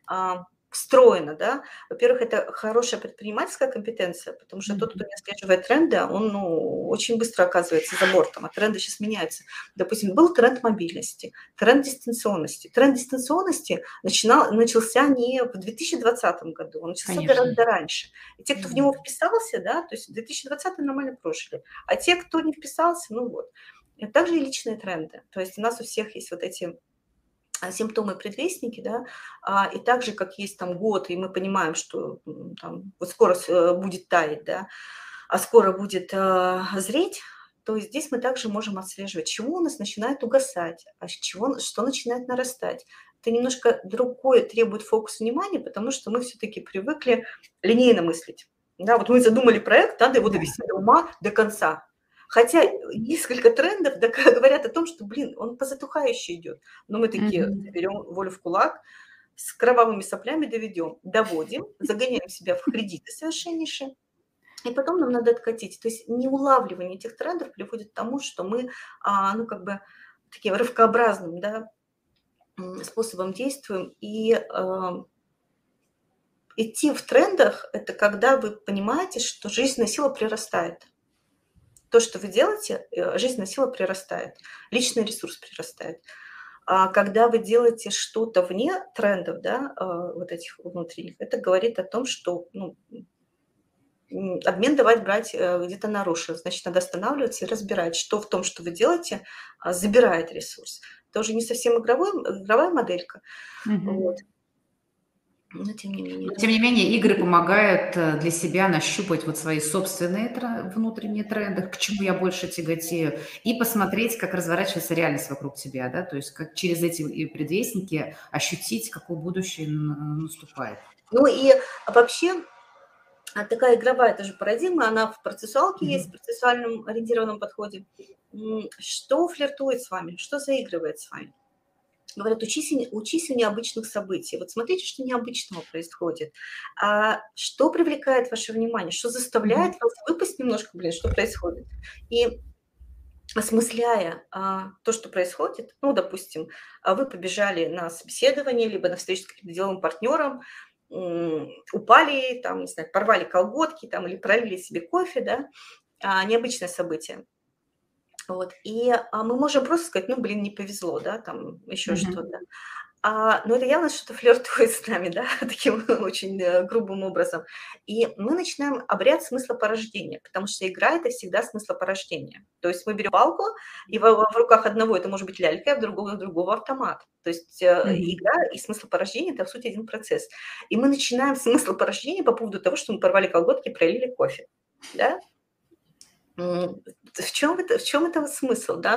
встроено, да. Во-первых, это хорошая предпринимательская компетенция, потому что тот, кто не отслеживает тренды, он, ну, очень быстро оказывается за бортом, а тренды сейчас меняются. Допустим, был тренд мобильности, тренд дистанционности. Тренд дистанционности начался не в 2020 году, он начался гораздо раньше. И те, кто в него вписался, да, то есть 2020 нормально прожили, а те, кто не вписался, ну вот. И также и личные тренды. То есть у нас у всех есть вот эти симптомы, предвестники, да, и так же, как есть там год, и мы понимаем, что там вот скоро будет таять, да, а скоро будет зреть, то здесь мы также можем отслеживать, чего у нас начинает угасать, что начинает нарастать. Это немножко другое требует фокус внимания, потому что мы все-таки привыкли линейно мыслить. Да, вот мы задумали проект, надо его довести до ума до конца. Хотя несколько трендов говорят о том, что, он по затухающей идет. Но мы такие берем волю в кулак, с кровавыми соплями доводим, загоняем себя в кредиты совершеннейшие, и потом нам надо откатить. То есть неулавливание этих трендов приводит к тому, что мы, ну, как бы, таким рывкообразным, да, способом действуем и идти в трендах – это когда вы понимаете, что жизненная сила прирастает. То, что вы делаете, жизненная сила прирастает, личный ресурс прирастает. А когда вы делаете что-то вне трендов, да, вот этих внутренних, это говорит о том, что обмен давать, брать где-то нарушил. Значит, надо останавливаться и разбирать, что в том, что вы делаете, забирает ресурс. Это уже не совсем игровая моделька. Вот. Но тем не менее.
Тем не менее, игры помогают для себя нащупать вот свои собственные внутренние тренды, к чему я больше тяготею, и посмотреть, как разворачивается реальность вокруг тебя, да, то есть как через эти предвестники ощутить, какое будущее наступает.
Ну и вообще такая игровая тоже парадигма, она в процессуалке есть, в процессуальном ориентированном подходе. Что флиртует с вами, что заигрывает с вами? Говорят, учись у необычных событий. Вот смотрите, что необычного происходит. Что привлекает ваше внимание, что заставляет вас выпасть немножко, что происходит. И осмысляя то, что происходит, ну, допустим, вы побежали на собеседование, либо на встречу с каким-то деловым партнером, упали, там, не знаю, порвали колготки там, или пролили себе кофе, да, необычное событие. Вот. И мы можем просто сказать, ну, блин, не повезло, да, там еще что-то. Но это явно что-то флиртует с нами, да, таким очень грубым образом. И мы начинаем обряд смыслопорождения, потому что игра – это всегда смыслопорождение. То есть мы берем палку, и в руках одного это может быть лялька, а в другого автомат. То есть игра и смыслопорождение – это, в сути, один процесс. И мы начинаем смыслопорождение по поводу того, что мы порвали колготки и пролили кофе, да. В чем это смысл, да?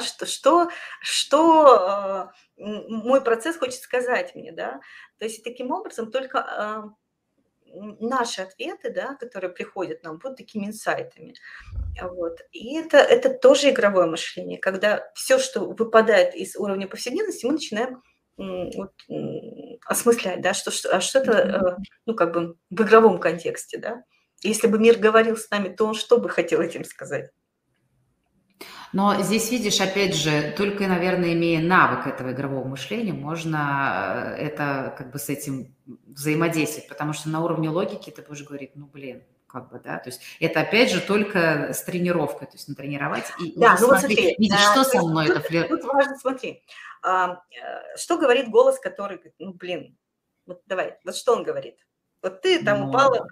Что мой процесс хочет сказать мне, да? То есть таким образом только наши ответы, да, которые приходят нам, будут такими инсайтами. Вот. И это тоже игровое мышление, когда все, что выпадает из уровня повседневности, мы начинаем осмыслять, да, что-то, ну, как бы в игровом контексте, да. Если бы мир говорил с нами, то он что бы хотел этим сказать?
Но здесь, видишь, опять же, только, наверное, имея навык этого игрового мышления, можно это как бы с этим взаимодействовать, потому что на уровне логики ты будешь говорить, ну, блин, как бы, да, то есть это, опять же, только с тренировкой, то есть натренировать и
да, ну, вот смотри,
видеть, что со мной это флирт.
Тут важно, смотри, что говорит голос, который говорит, ну, блин, вот давай, вот что он говорит? Вот ты там упала.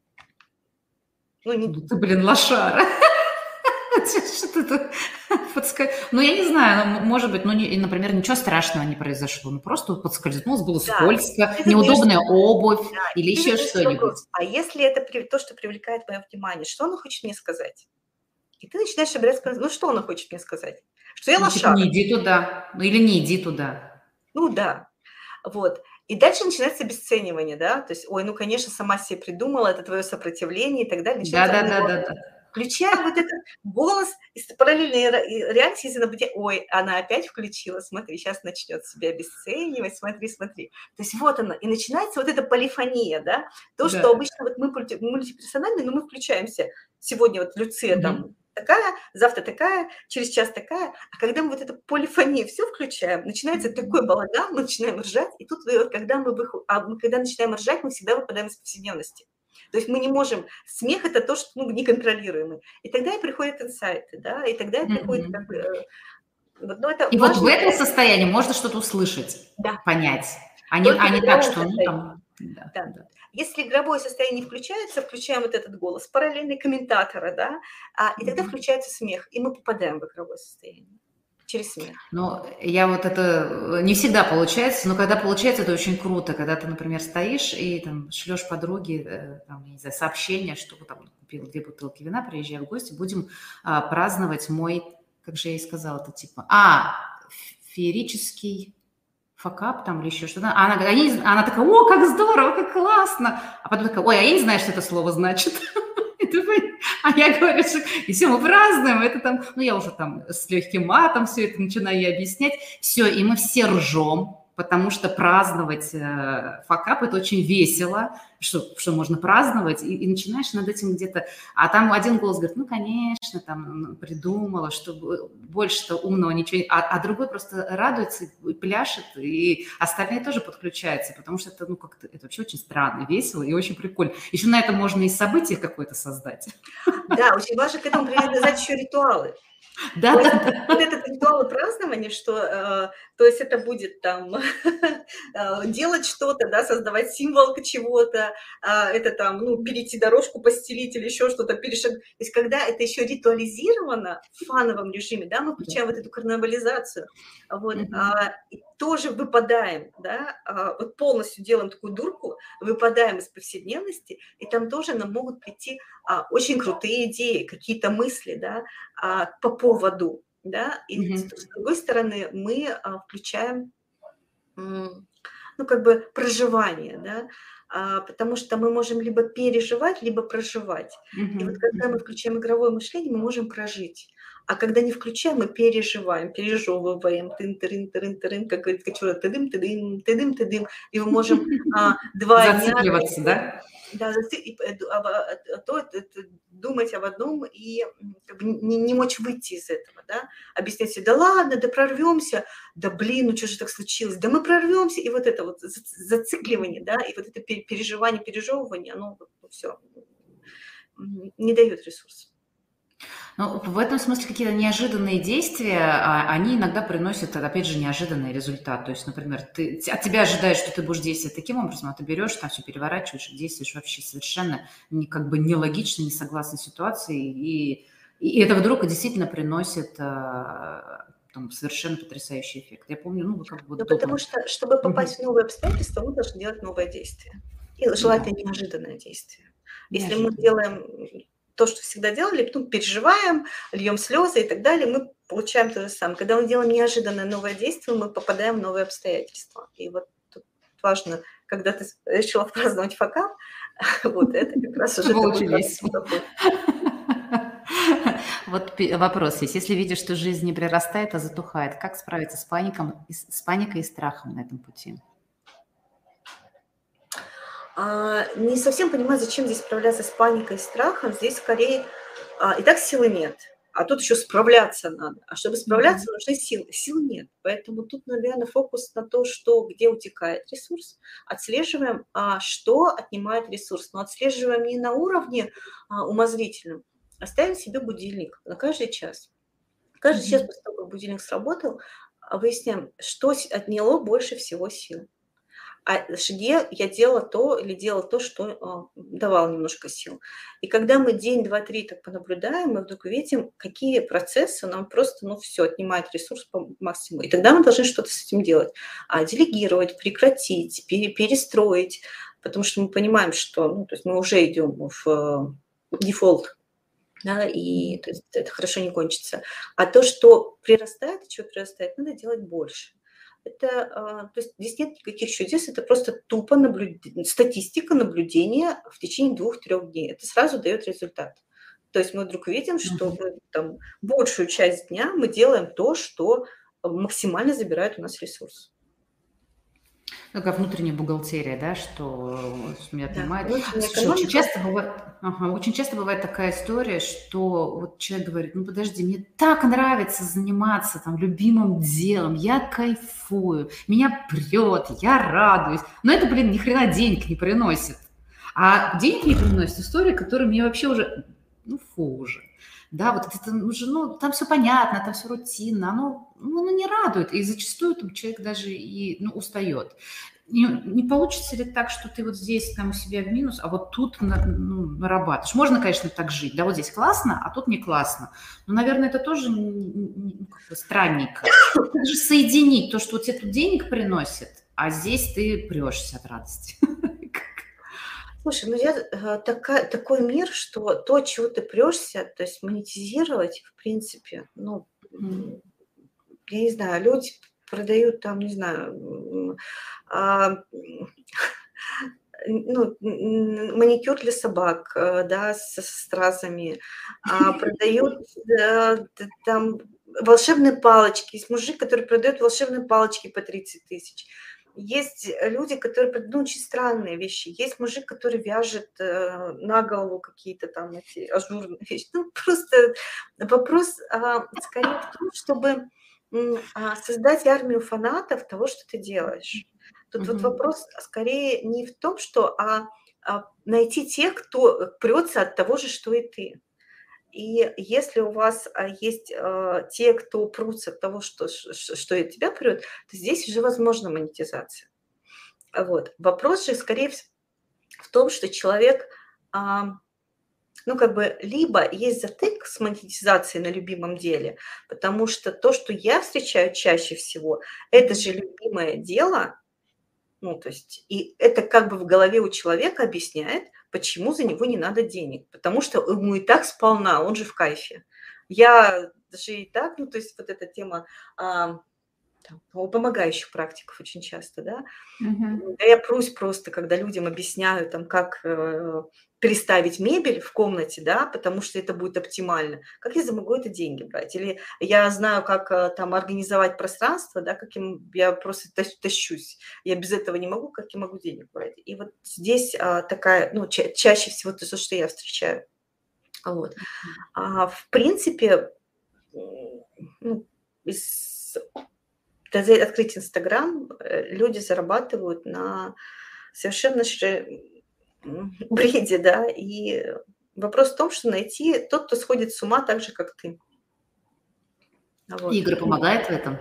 Ну, ты, блин, лошара. Что-то подскользнулось. Ну, я не знаю, может быть, например, ничего страшного не произошло. Ну, просто подскользнулось, было скользко, неудобная обувь или еще что-нибудь.
А если это то, что привлекает мое внимание, что оно хочет мне сказать? И ты начинаешь обрать, ну, что оно хочет мне сказать? Что я лошара.
Не иди туда, или не иди туда.
Ну, да. Вот. И дальше начинается обесценивание, да, то есть, ой, ну, конечно, сама себе придумала, это твое сопротивление и так далее.
Да.
Включая вот этот голос из параллельной реакции из инобытия. Ой, она опять включила, смотри, сейчас начнет себя обесценивать, смотри. То есть вот она, и начинается вот эта полифония, да, то, что обычно вот мы мультиперсональны, но мы включаемся. Сегодня вот Люция там такая, завтра такая, через час такая. А когда мы вот эту полифонию все включаем, начинается такой балаган, мы начинаем ржать, и тут вот, когда мы начинаем ржать, мы всегда выпадаем из повседневности. То есть мы не можем... Смех – это то, что неконтролируемый. И тогда и приходят инсайты, да, и тогда и приходит как бы...
И вот в этом состоянии можно что-то услышать, понять, а не так, что... Ну, там...
Да. Если игровое состояние не включается, включаем вот этот голос параллельный комментатора, да, и тогда включается смех, и мы попадаем в игровое состояние. Через смех.
Ну, я вот это не всегда получается, но когда получается, это очень круто, когда ты, например, стоишь и там шлешь подруге, там, я не знаю, сообщение, что там купила 2 бутылки вина, приезжай в гости, будем праздновать мой, как же я и сказала, это типа, феерический факап там или еще что-то. Она такая, о, как здорово, как классно. А потом такая, ой, а я не знаю, что это слово значит. А я говорю, что и все, мы празднуем, это там, ну, я уже там с легким матом все это начинаю ей объяснять, все, и мы все ржем, потому что праздновать факап – это очень весело, что можно праздновать, и начинаешь над этим где-то... А там один голос говорит, ну, конечно, там придумала, что больше-то умного ничего... А другой просто радуется, пляшет, и остальные тоже подключаются, потому что это, ну, как-то, это вообще очень странно, весело и очень прикольно. Еще на это можно и событие какое-то создать.
Да, очень важно к этому привязать еще ритуалы.
Да, да.
Вот этот ритуал празднования, что, то есть это будет там делать что-то, да, создавать символ чего-то, это там, ну, перейти дорожку, постелить или еще что-то, перешагнуть. То есть когда это еще ритуализировано в фановом режиме, да, мы включаем вот эту карнавализацию, вот, и тоже выпадаем, да, вот полностью делаем такую дурку, выпадаем из повседневности, и там тоже нам могут прийти очень крутые идеи, какие-то мысли, да, по поводу, да, и с другой стороны мы включаем, ну, как бы проживание, да, потому что мы можем либо переживать, либо проживать. И вот когда мы включаем игровое мышление, мы можем прожить. А когда не включаем, мы переживаем, пережевываем, тын-тырын-тырын-тырын, как говорит Кочура, тыдым-тыдым, тыдым-тыдым, и мы можем 2 дня...
Зацикливаться, да?
Да, думать об одном и как бы не мочь выйти из этого, да, объяснять себе, да ладно, да прорвемся, да блин, ну что же так случилось, да мы прорвемся, и вот это вот зацикливание, да, и вот это переживание, пережевывание, оно все не дает ресурсов.
Ну, в этом смысле какие-то неожиданные действия, они иногда приносят, опять же, неожиданный результат. То есть, например, от тебя ожидают, что ты будешь действовать таким образом, а ты берешь, там все переворачиваешь, действуешь вообще совершенно как бы нелогично, не согласно ситуации, и это вдруг действительно приносит там, совершенно потрясающий эффект. Я помню, ну, как бы...
Ну, потому что, чтобы попасть в новые обстоятельства, мы должны делать новое действие. И желательно неожиданное действие. Если мы делаем то, что всегда делали, потом переживаем, льем слезы и так далее, мы получаем то же самое. Когда мы делаем неожиданное новое действие, мы попадаем в новые обстоятельства. И вот тут важно, когда ты решила праздновать факап, вот это как раз уже...
Было очень весело. Вот вопрос есть. Если видишь, что жизнь не прирастает, а затухает, как справиться с паникой и страхом на этом пути?
Не совсем понимаю, зачем здесь справляться с паникой и страхом. Здесь скорее и так силы нет, а тут еще справляться надо. А чтобы справляться, нужны силы. Сил нет. Поэтому тут, наверное, фокус на то, где утекает ресурс. Отслеживаем, что отнимает ресурс. Но отслеживаем не на уровне умозрительном, а ставим себе будильник на каждый час. Каждый час после того, как будильник сработал, выясняем, что отняло больше всего сил. А где я делала то, что давало немножко сил. И когда мы день, два, три так понаблюдаем, мы вдруг видим, какие процессы нам просто, все, отнимают ресурс по максимуму. И тогда мы должны что-то с этим делать. Делегировать, прекратить, перестроить, потому что мы понимаем, что то есть мы уже идем в дефолт, да, и то есть это хорошо не кончится. А то, что прирастает, надо делать больше. То есть здесь нет никаких чудес, это просто тупо статистика наблюдения в течение 2-3 дней. Это сразу дает результат. То есть мы вдруг видим, что мы, там, большую часть дня мы делаем то, что максимально забирает у нас ресурс.
Как внутренняя бухгалтерия, да, что меня понимает.
Очень
часто бывает такая история, что вот человек говорит, ну подожди, мне так нравится заниматься там любимым делом, я кайфую, меня прет, я радуюсь, но это, ни хрена денег не приносит. А денег не приносит история, которая мне вообще уже, фу уже. Да, вот это уже, там все понятно, там все рутинно, оно не радует, и зачастую там человек даже и устает. Не получится ли так, что ты вот здесь там у себя в минус, а вот тут нарабатываешь? Можно, конечно, так жить, да, вот здесь классно, а тут не классно. Но, наверное, это тоже странненько. Как же соединить то, что вот тебе тут денег приносит, а здесь ты прешься от радости?
Слушай, такой мир, что то, чего ты прешься, то есть монетизировать, в принципе, я не знаю, люди продают там, не знаю, маникюр для собак, да, со стразами, продают там волшебные палочки. Есть мужик, который продает волшебные палочки по 30 000. Есть люди, которые придумывают очень странные вещи. Есть мужик, который вяжет на голову какие-то там эти ажурные вещи. Ну, просто вопрос скорее в том, чтобы создать армию фанатов того, что ты делаешь. Тут вот вопрос скорее не в том, что, найти тех, кто прется от того же, что и ты. И если у вас есть те, кто прутся от того, что и тебя прет, то здесь уже возможна монетизация. Вот. Вопрос же скорее в том, что человек, ну, как бы, либо есть затык с монетизацией на любимом деле, потому что то, что я встречаю чаще всего, это же любимое дело, ну, то есть, и это как бы в голове у человека объясняет, почему за него не надо денег, потому что ему и так сполна, он же в кайфе. Я даже и так, ну, то есть вот эта тема там, у помогающих практиков очень часто, да. Да я прусь просто, когда людям объясняю, там, как переставить мебель в комнате, да, потому что это будет оптимально. Как я могу это деньги брать? Или я знаю, как там организовать пространство, да, каким я просто тащусь. Я без этого не могу, как я могу денег брать? И вот здесь такая, ну, чаще всего то, что я встречаю. Вот. В принципе, ну, открыть Инстаграм, люди зарабатывают на совершенно бреде, да. И вопрос в том, что найти тот, кто сходит с ума так же, как ты. Вот.
Игры помогают в этом?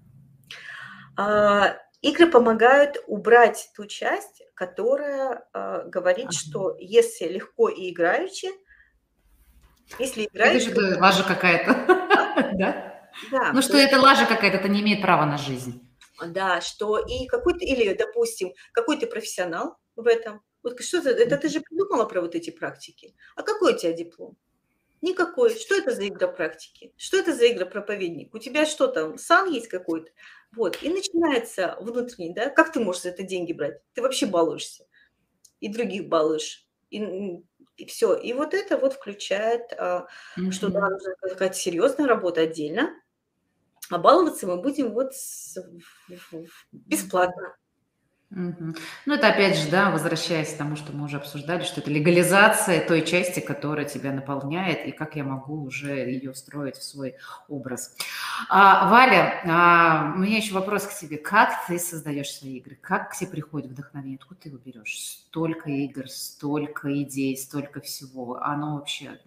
Игры помогают убрать ту часть, которая говорит, что если легко и играючи, если
Это
играючи...
же лажа какая-то, да?
Да,
Ну, что это лажа какая-то, это не имеет права на жизнь.
Да, что и какой-то, или, допустим, какой ты профессионал в этом. Вот что это ты же придумала про вот эти практики. А какой у тебя диплом? Никакой. Что это за игропрактики? Что это за игропроповедник? У тебя что там, сан есть какой-то? Вот. И начинается внутренний, да, как ты можешь за это деньги брать? Ты вообще балуешься. И других балуешь. И все. И вот это вот включает, что да, нужна какая-то серьезная работа отдельно, а баловаться мы будем вот бесплатно.
Ну, это опять же, да, возвращаясь к тому, что мы уже обсуждали, что это легализация той части, которая тебя наполняет, и как я могу уже ее встроить в свой образ. Валя, у меня еще вопрос к тебе. Как ты создаешь свои игры? Как к тебе приходит вдохновение? Откуда ты его берешь? Столько игр, столько идей, столько всего. Оно вообще...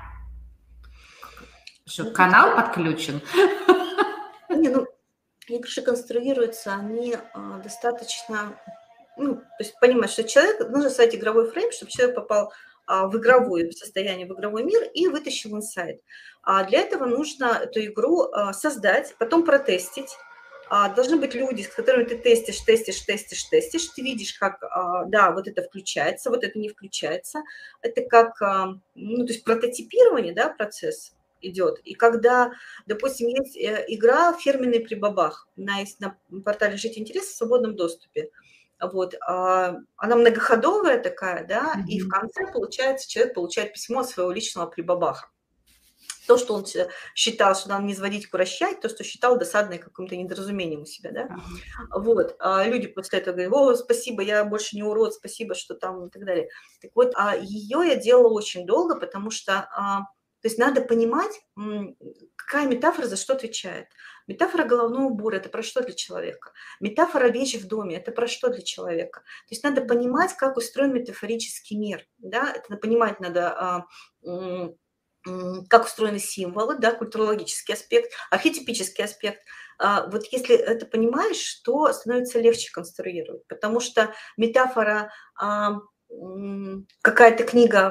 Что, канал подключен?
Не, ну, игры же конструируются, они достаточно... Ну, то есть понимаешь, что человек, нужно создать игровой фрейм, чтобы человек попал в игровое состояние, в игровой мир и вытащил инсайт. Для этого нужно эту игру создать, потом протестить. Должны быть люди, с которыми ты тестишь. Ты видишь, как, да, вот это включается, вот это не включается. Это как, ну, то есть прототипирование, да, процесс идет. И когда, допустим, есть игра «Фирменный прибабах», она есть на портале «Жить интересно» в свободном доступе. Вот, она многоходовая такая, да, и в конце, получается, человек получает письмо от своего личного прибабаха. То, что он считал, что надо не изводить, курощать, то, что считал досадное каким-то недоразумением у себя, да. Вот, люди после этого говорят: о, спасибо, я больше не урод, спасибо, что там и так далее. Так вот, ее я делала очень долго, потому что, то есть надо понимать, какая метафора за что отвечает. Метафора головного убора – это про что для человека? Метафора вещи в доме – это про что для человека? То есть надо понимать, как устроен метафорический мир, да, это понимать надо, как устроены символы, да, культурологический аспект, архетипический аспект. Вот если это понимаешь, то становится легче конструировать, потому что метафора, какая-то книга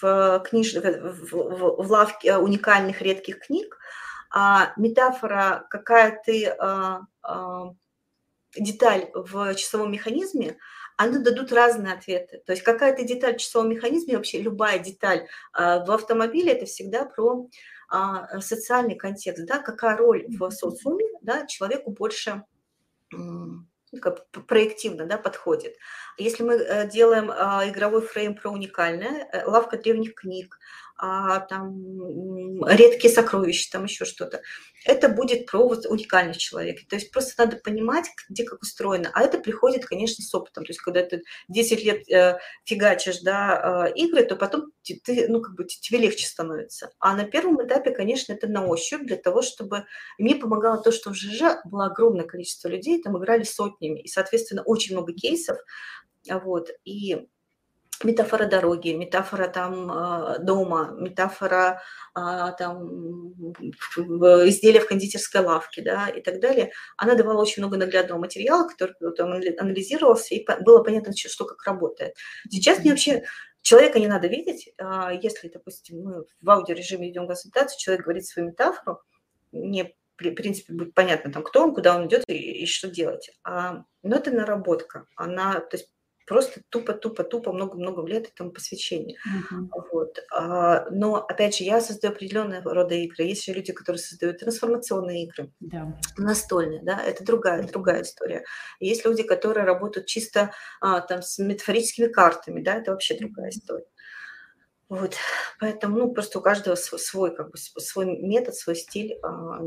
в лавке уникальных редких книг, метафора какая-то деталь в часовом механизме, они дадут разные ответы. То есть какая-то деталь в часовом механизме, вообще любая деталь в автомобиле, это всегда про социальный контекст, да, какая роль в социуме, да, человеку больше как проективно, да, подходит. Если мы делаем игровой фрейм про уникальное, лавка древних книг, там редкие сокровища, там еще что-то. Это будет про вот уникальность человека. То есть просто надо понимать, где как устроено. А это приходит, конечно, с опытом. То есть когда ты 10 лет фигачишь, да, игры, то потом ты, ну, как бы тебе легче становится. А на первом этапе, конечно, это на ощупь для того, чтобы... И мне помогало то, что в ЖЖ было огромное количество людей, там играли сотнями, и, соответственно, очень много кейсов, вот, и метафора дороги, метафора там дома, метафора там изделия в кондитерской лавке, да, и так далее. Она давала очень много наглядного материала, который там анализировался, и было понятно, что как работает. Сейчас мне вообще человека не надо видеть. Если, допустим, мы в аудиорежиме ведем консультацию, человек говорит свою метафору, мне в принципе, будет понятно, там, кто он, куда он идет и что делать. Но это наработка. Она, то есть, просто тупо, много-много лет этому посвящения. Вот. Но, опять же, я создаю определенного рода игры. Есть же люди, которые создают трансформационные игры, настольные, да, это другая история. Есть люди, которые работают чисто там, с метафорическими картами, да, это вообще другая история. Вот, поэтому, ну, просто у каждого свой, как бы, свой метод, свой стиль,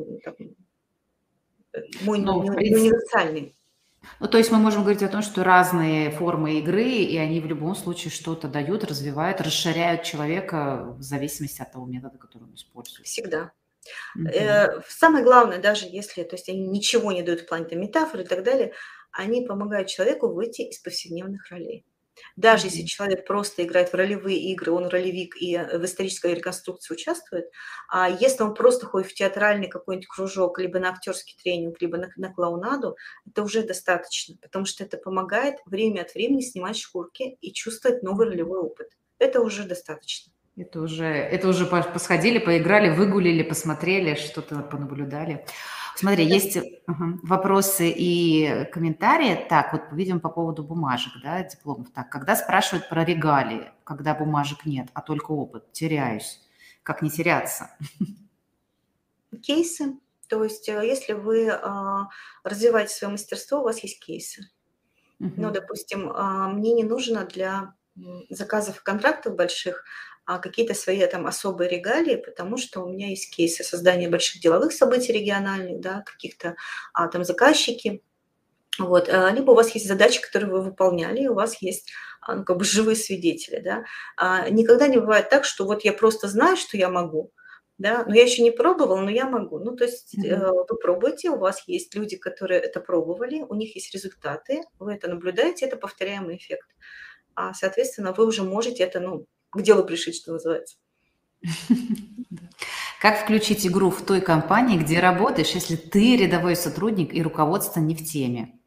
мой не универсальный.
Ну, то есть мы можем говорить о том, что разные формы игры, и они в любом случае что-то дают, развивают, расширяют человека в зависимости от того метода, который он использует.
Всегда. Самое главное, даже если, то есть они ничего не дают в плане метафор и так далее, они помогают человеку выйти из повседневных ролей. Даже если человек просто играет в ролевые игры, он ролевик и в исторической реконструкции участвует, а если он просто ходит в театральный какой-нибудь кружок, либо на актерский тренинг, либо на клоунаду, это уже достаточно, потому что это помогает время от времени снимать шкурки и чувствовать новый ролевой опыт. Это уже достаточно.
Это уже посходили, поиграли, выгулили, посмотрели, что-то понаблюдали. Смотри, есть вопросы и комментарии. Так, вот видим по поводу бумажек, да, дипломов. Так, когда спрашивают про регалии, когда бумажек нет, а только опыт, теряюсь. Как не теряться?
Кейсы. То есть если вы развиваете свое мастерство, у вас есть кейсы. Ну, допустим, мне не нужно для заказов и контрактов больших какие-то свои там особые регалии, потому что у меня есть кейсы создания больших деловых событий региональных, да, каких-то там заказчики. Вот. Либо у вас есть задачи, которые вы выполняли, и у вас есть ну, как бы живые свидетели. Да. Никогда не бывает так, что вот я просто знаю, что я могу, да, но я еще не пробовала, но я могу. Ну, то есть вы пробуете, у вас есть люди, которые это пробовали, у них есть результаты, вы это наблюдаете, это повторяемый эффект. Соответственно, вы уже можете это, ну, к делу пришить, что называется.
Как включить игру в той компании, где работаешь, если ты рядовой сотрудник и руководство не в теме?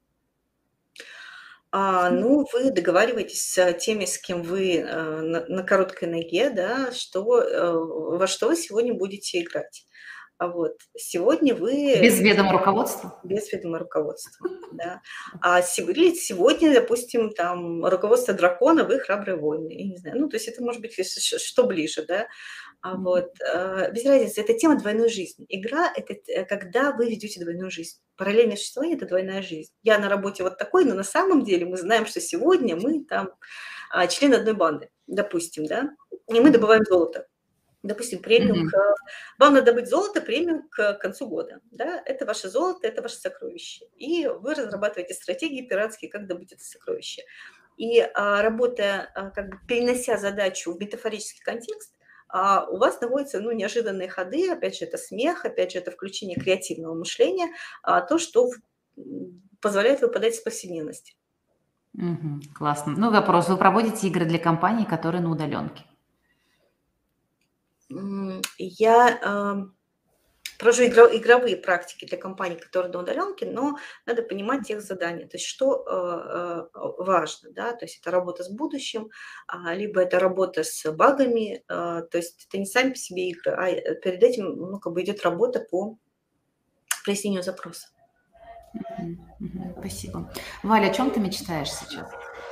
Ну, вы договариваетесь с теми, с кем вы на короткой ноге, да, во что вы сегодня будете играть. Вот. Сегодня вы...
Без ведома руководства?
Без ведома руководства, да. Сегодня, допустим, там руководство дракона, вы храбрые воины, я не знаю. Ну, то есть это может быть что ближе, да. Вот. Без разницы, это тема двойной жизни. Игра – это когда вы ведете двойную жизнь. Параллельное существование – это двойная жизнь. Я на работе вот такой, но на самом деле мы знаем, что сегодня мы там члены одной банды, допустим, да, и мы добываем золото. Допустим, премию вам надо добыть золото, премию к концу года. Да? Это ваше золото, это ваше сокровище. И вы разрабатываете стратегии пиратские, как добыть это сокровище. И работая, как бы перенося задачу в метафорический контекст, у вас находятся неожиданные ходы, опять же, это смех, опять же, это включение креативного мышления, то, что позволяет выпадать из повседневности.
Классно. Ну, вопрос. Вы проводите игры для компаний, которые на удаленке?
Я провожу игровые практики для компаний, которые на удаленке, но надо понимать их задания. То есть что важно, да, то есть это работа с будущим, либо это работа с багами, то есть это не сами по себе игры, а перед этим как бы идет работа по прояснению запроса.
Спасибо. Валя, о чем ты мечтаешь сейчас?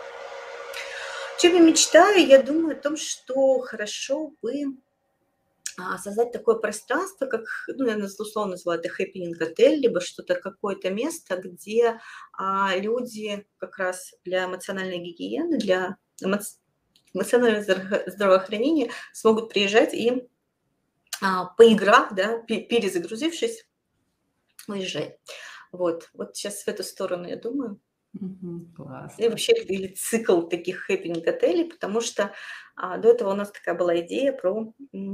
О чем я мечтаю? Я думаю о том, что хорошо бы создать такое пространство, как, я условно называю это хэппининг-отель, либо что-то, какое-то место, где люди как раз для эмоциональной гигиены, для эмоциональное здравоохранение смогут приезжать и, поиграв, да, перезагрузившись, уезжать. Вот сейчас в эту сторону я думаю. И
Классно.
вообще, или цикл таких хэппинг-отелей, потому что, до этого у нас такая была идея про,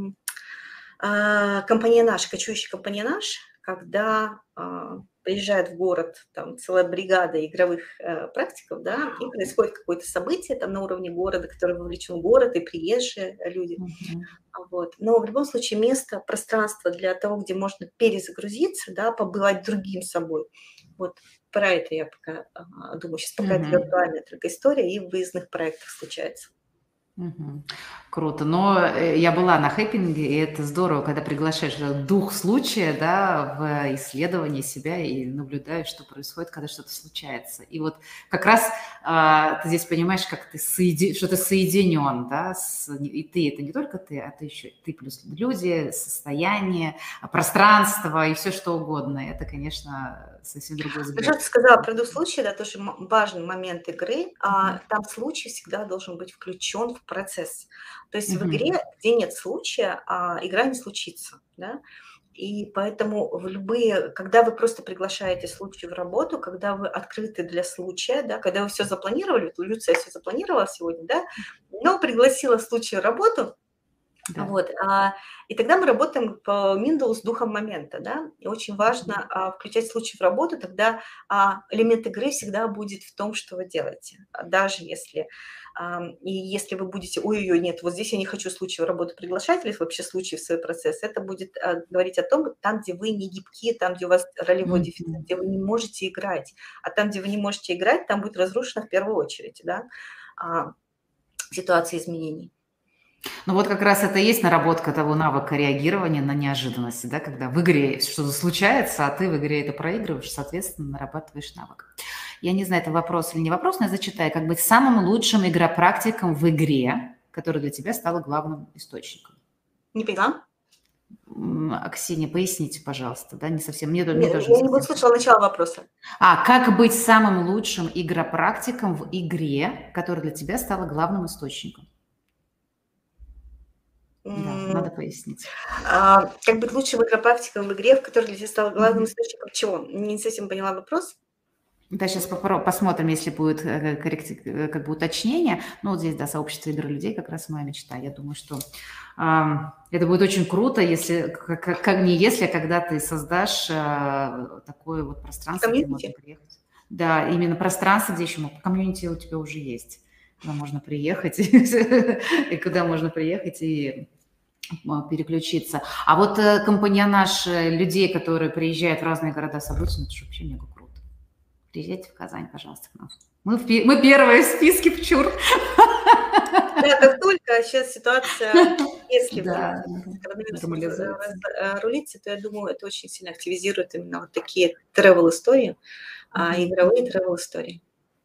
компаньонаж, кочующий компаньонаж, когда, приезжает в город там целая бригада игровых, практиков, да, и происходит какое-то событие там на уровне города, в которое вовлечен город и приезжие люди.
Мгм.
Вот. Но в любом случае место, пространство для того, где можно перезагрузиться, да, побывать другим собой. Вот про это я пока, думаю. Сейчас пока это
Мгм.
виртуальная только история и в выездных проектах случается.
Мгм. Круто. Но я была на хэппинге, и это здорово, когда приглашаешь этот дух случая, да, в исследование себя и наблюдаешь, что происходит, когда что-то случается. И вот как раз ты здесь понимаешь, как ты что ты соединен, да, и ты это не только ты, а ты еще ты плюс люди, состояние, пространство и все что угодно. Это, конечно, совсем другой
Ну, что
взгляд.
ты сказала про дух случая, да, тоже важный момент игры.
Мгм.
Там случай всегда должен быть включен в процесс. То есть в
Мгм.
игре, где нет случая, игра не случится, да. И поэтому в любые, когда вы просто приглашаете случай в работу, когда вы открыты для случая, да, когда вы все запланировали, вот Люция все запланировала сегодня, да, но пригласила случай в работу,
Да.
вот, и тогда мы работаем по Windows с духом момента, да. И очень важно, включать случай в работу, тогда, элемент игры всегда будет в том, что вы делаете. Даже если, и если вы будете: "Ой-ой-ой, нет, вот здесь я не хочу случай в работу приглашать или вообще случай в свой процесс", это будет, говорить о том, там, где вы не гибкие, там, где у вас ролевой дефицит,
Мгм.
где вы не можете играть. А там, где вы не можете играть, там будет разрушена в первую очередь, да, а, ситуация изменений.
Ну вот как раз это и есть наработка того навыка реагирования на неожиданности, да, когда в игре что-то случается, а ты в игре это проигрываешь, соответственно, нарабатываешь навык. Я не знаю, это вопрос или не вопрос, но я зачитаю. Как быть самым лучшим игропрактиком в игре, который для тебя стала главным источником?
Не поняла?
Ксения, поясните, пожалуйста, да, не совсем, мне тоже не
Я не
совсем.
услышала начало вопроса.
Как быть самым лучшим игропрактиком в игре, которая для тебя стала главным источником? Да,
М,
надо пояснить.
как быть лучшим игропрактиком в игре, в которой для тебя стал главным
Мгм.
источником чего? Не совсем поняла вопрос.
Да, сейчас посмотрим, если будет как бы уточнение. Ну, вот здесь, да, сообщество игр людей как раз моя мечта. Я думаю, что это будет очень круто, если, как не если, а когда ты создашь такое вот пространство, где можно
Комьюнити?
приехать. Да, именно пространство, где еще комьюнити у тебя уже есть, куда можно приехать, и куда можно приехать и переключиться. А вот компаньонаж людей, которые приезжают в разные города события, ну, это же вообще мега круто. Приезжайте в Казань, пожалуйста, к нам. Мы первые в списке в ЧУР.
Да, как только сейчас ситуация, если вдруг
Да,
с коронавирусом
нормализуется.
рулится, то я думаю, это очень сильно активизирует именно вот такие travel-истории,
Мгм.
игровые travel-истории.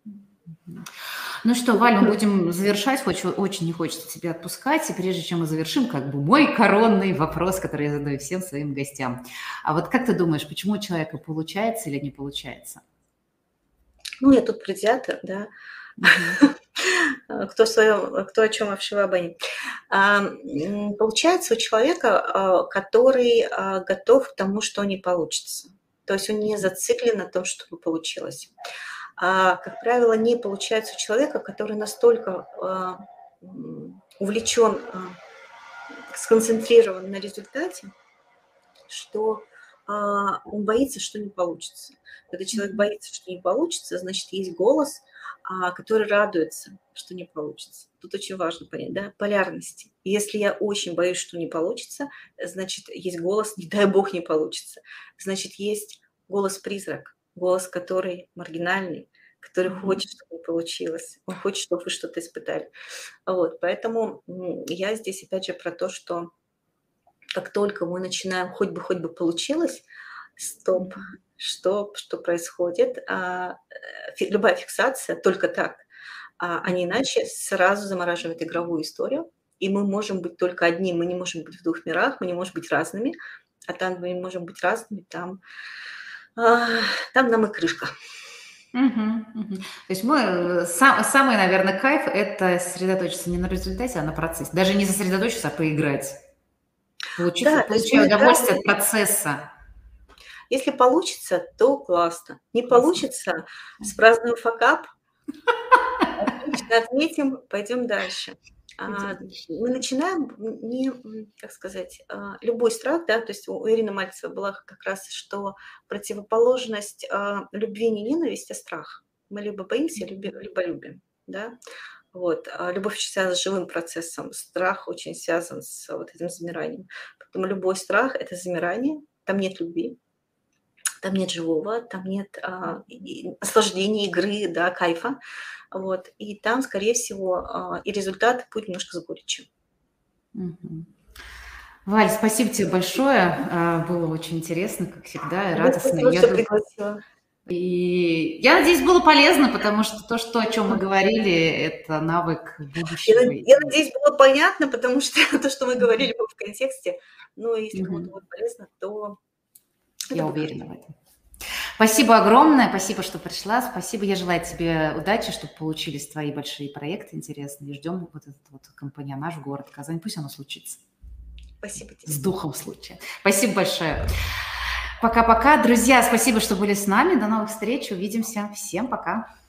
Ну что, Валь, мы будем завершать. Очень не хочется тебя отпускать. И прежде чем мы завершим, как бы мой коронный вопрос, который я задаю всем своим гостям. А вот как ты думаешь, почему у человека получается или не получается?
Ну, я тут предвзята, да.
Мгм.
Кто кто о чем вообще обоним. Получается у человека, который, готов к тому, что не получится. То есть он не зациклен на том, чтобы получилось. Как правило, не получается у человека, который настолько, увлечен, сконцентрирован на результате, что, он боится, что не получится. Когда человек
Мгм.
боится, что не получится, значит, есть голос, который радуется, что не получится. Тут очень важно понять, да, полярности. Если я очень боюсь, что не получится, значит, есть голос "не дай бог не получится". Значит, есть голос-призрак, голос, который маргинальный, который
Мгм.
хочет, чтобы не получилось. Он хочет, чтобы вы что-то испытали. Вот, поэтому, я здесь опять же про то, что как только мы начинаем хоть бы получилось, стоп,
Мгм.
что происходит? Любая фиксация только так, а не иначе сразу замораживает игровую историю, и мы можем быть только одним, мы не можем быть в двух мирах, мы не можем быть разными, а там, где мы можем быть разными, там, а, там нам и крышка.
Мгм, мгм. То есть мы, самый, наверное, кайф – это сосредоточиться не на результате, а на процессе. Даже не сосредоточиться, а поиграть.
Да, то есть
Получая
мы играем,
удовольствие от процесса.
если получится, то классно. Не
Классно.
получится — спразднуем факап, отлично отметим, пойдем дальше.
Идем дальше.
Мы начинаем, не, как сказать, любой страх, да, то есть у Ирины Мальцевой была как раз, что противоположность любви не ненависть, а страх. Мы либо боимся, либо любим, да. Вот. Любовь очень связана с живым процессом, страх очень связан с вот этим замиранием. Поэтому любой страх — это замирание, там нет любви, там нет живого, там нет наслаждения, игры, да, кайфа. Вот. И там, скорее всего, и результат будет немножко с горечью.
Мгм. Валь, спасибо тебе большое. Было очень интересно, как всегда, и
Тебе
радостно.
спасибо, что пригласила.
И я надеюсь, было полезно, потому что то, о чем мы говорили, это навык будущего.
Я надеюсь, было понятно, потому что то, что мы говорили в контексте, но если кому-то
Мгм.
будет полезно, то это
Я
будет
уверена
хорошо.
в этом. Спасибо огромное, спасибо, что пришла, спасибо. Я желаю тебе удачи, чтобы получились твои большие проекты интересные. И ждем вот этот вот компаньонаж в город Казань. Пусть оно случится.
Спасибо тебе.
С духом случая. Спасибо большое. Пока-пока. Друзья, спасибо, что были с нами. До новых встреч. Увидимся. Всем пока.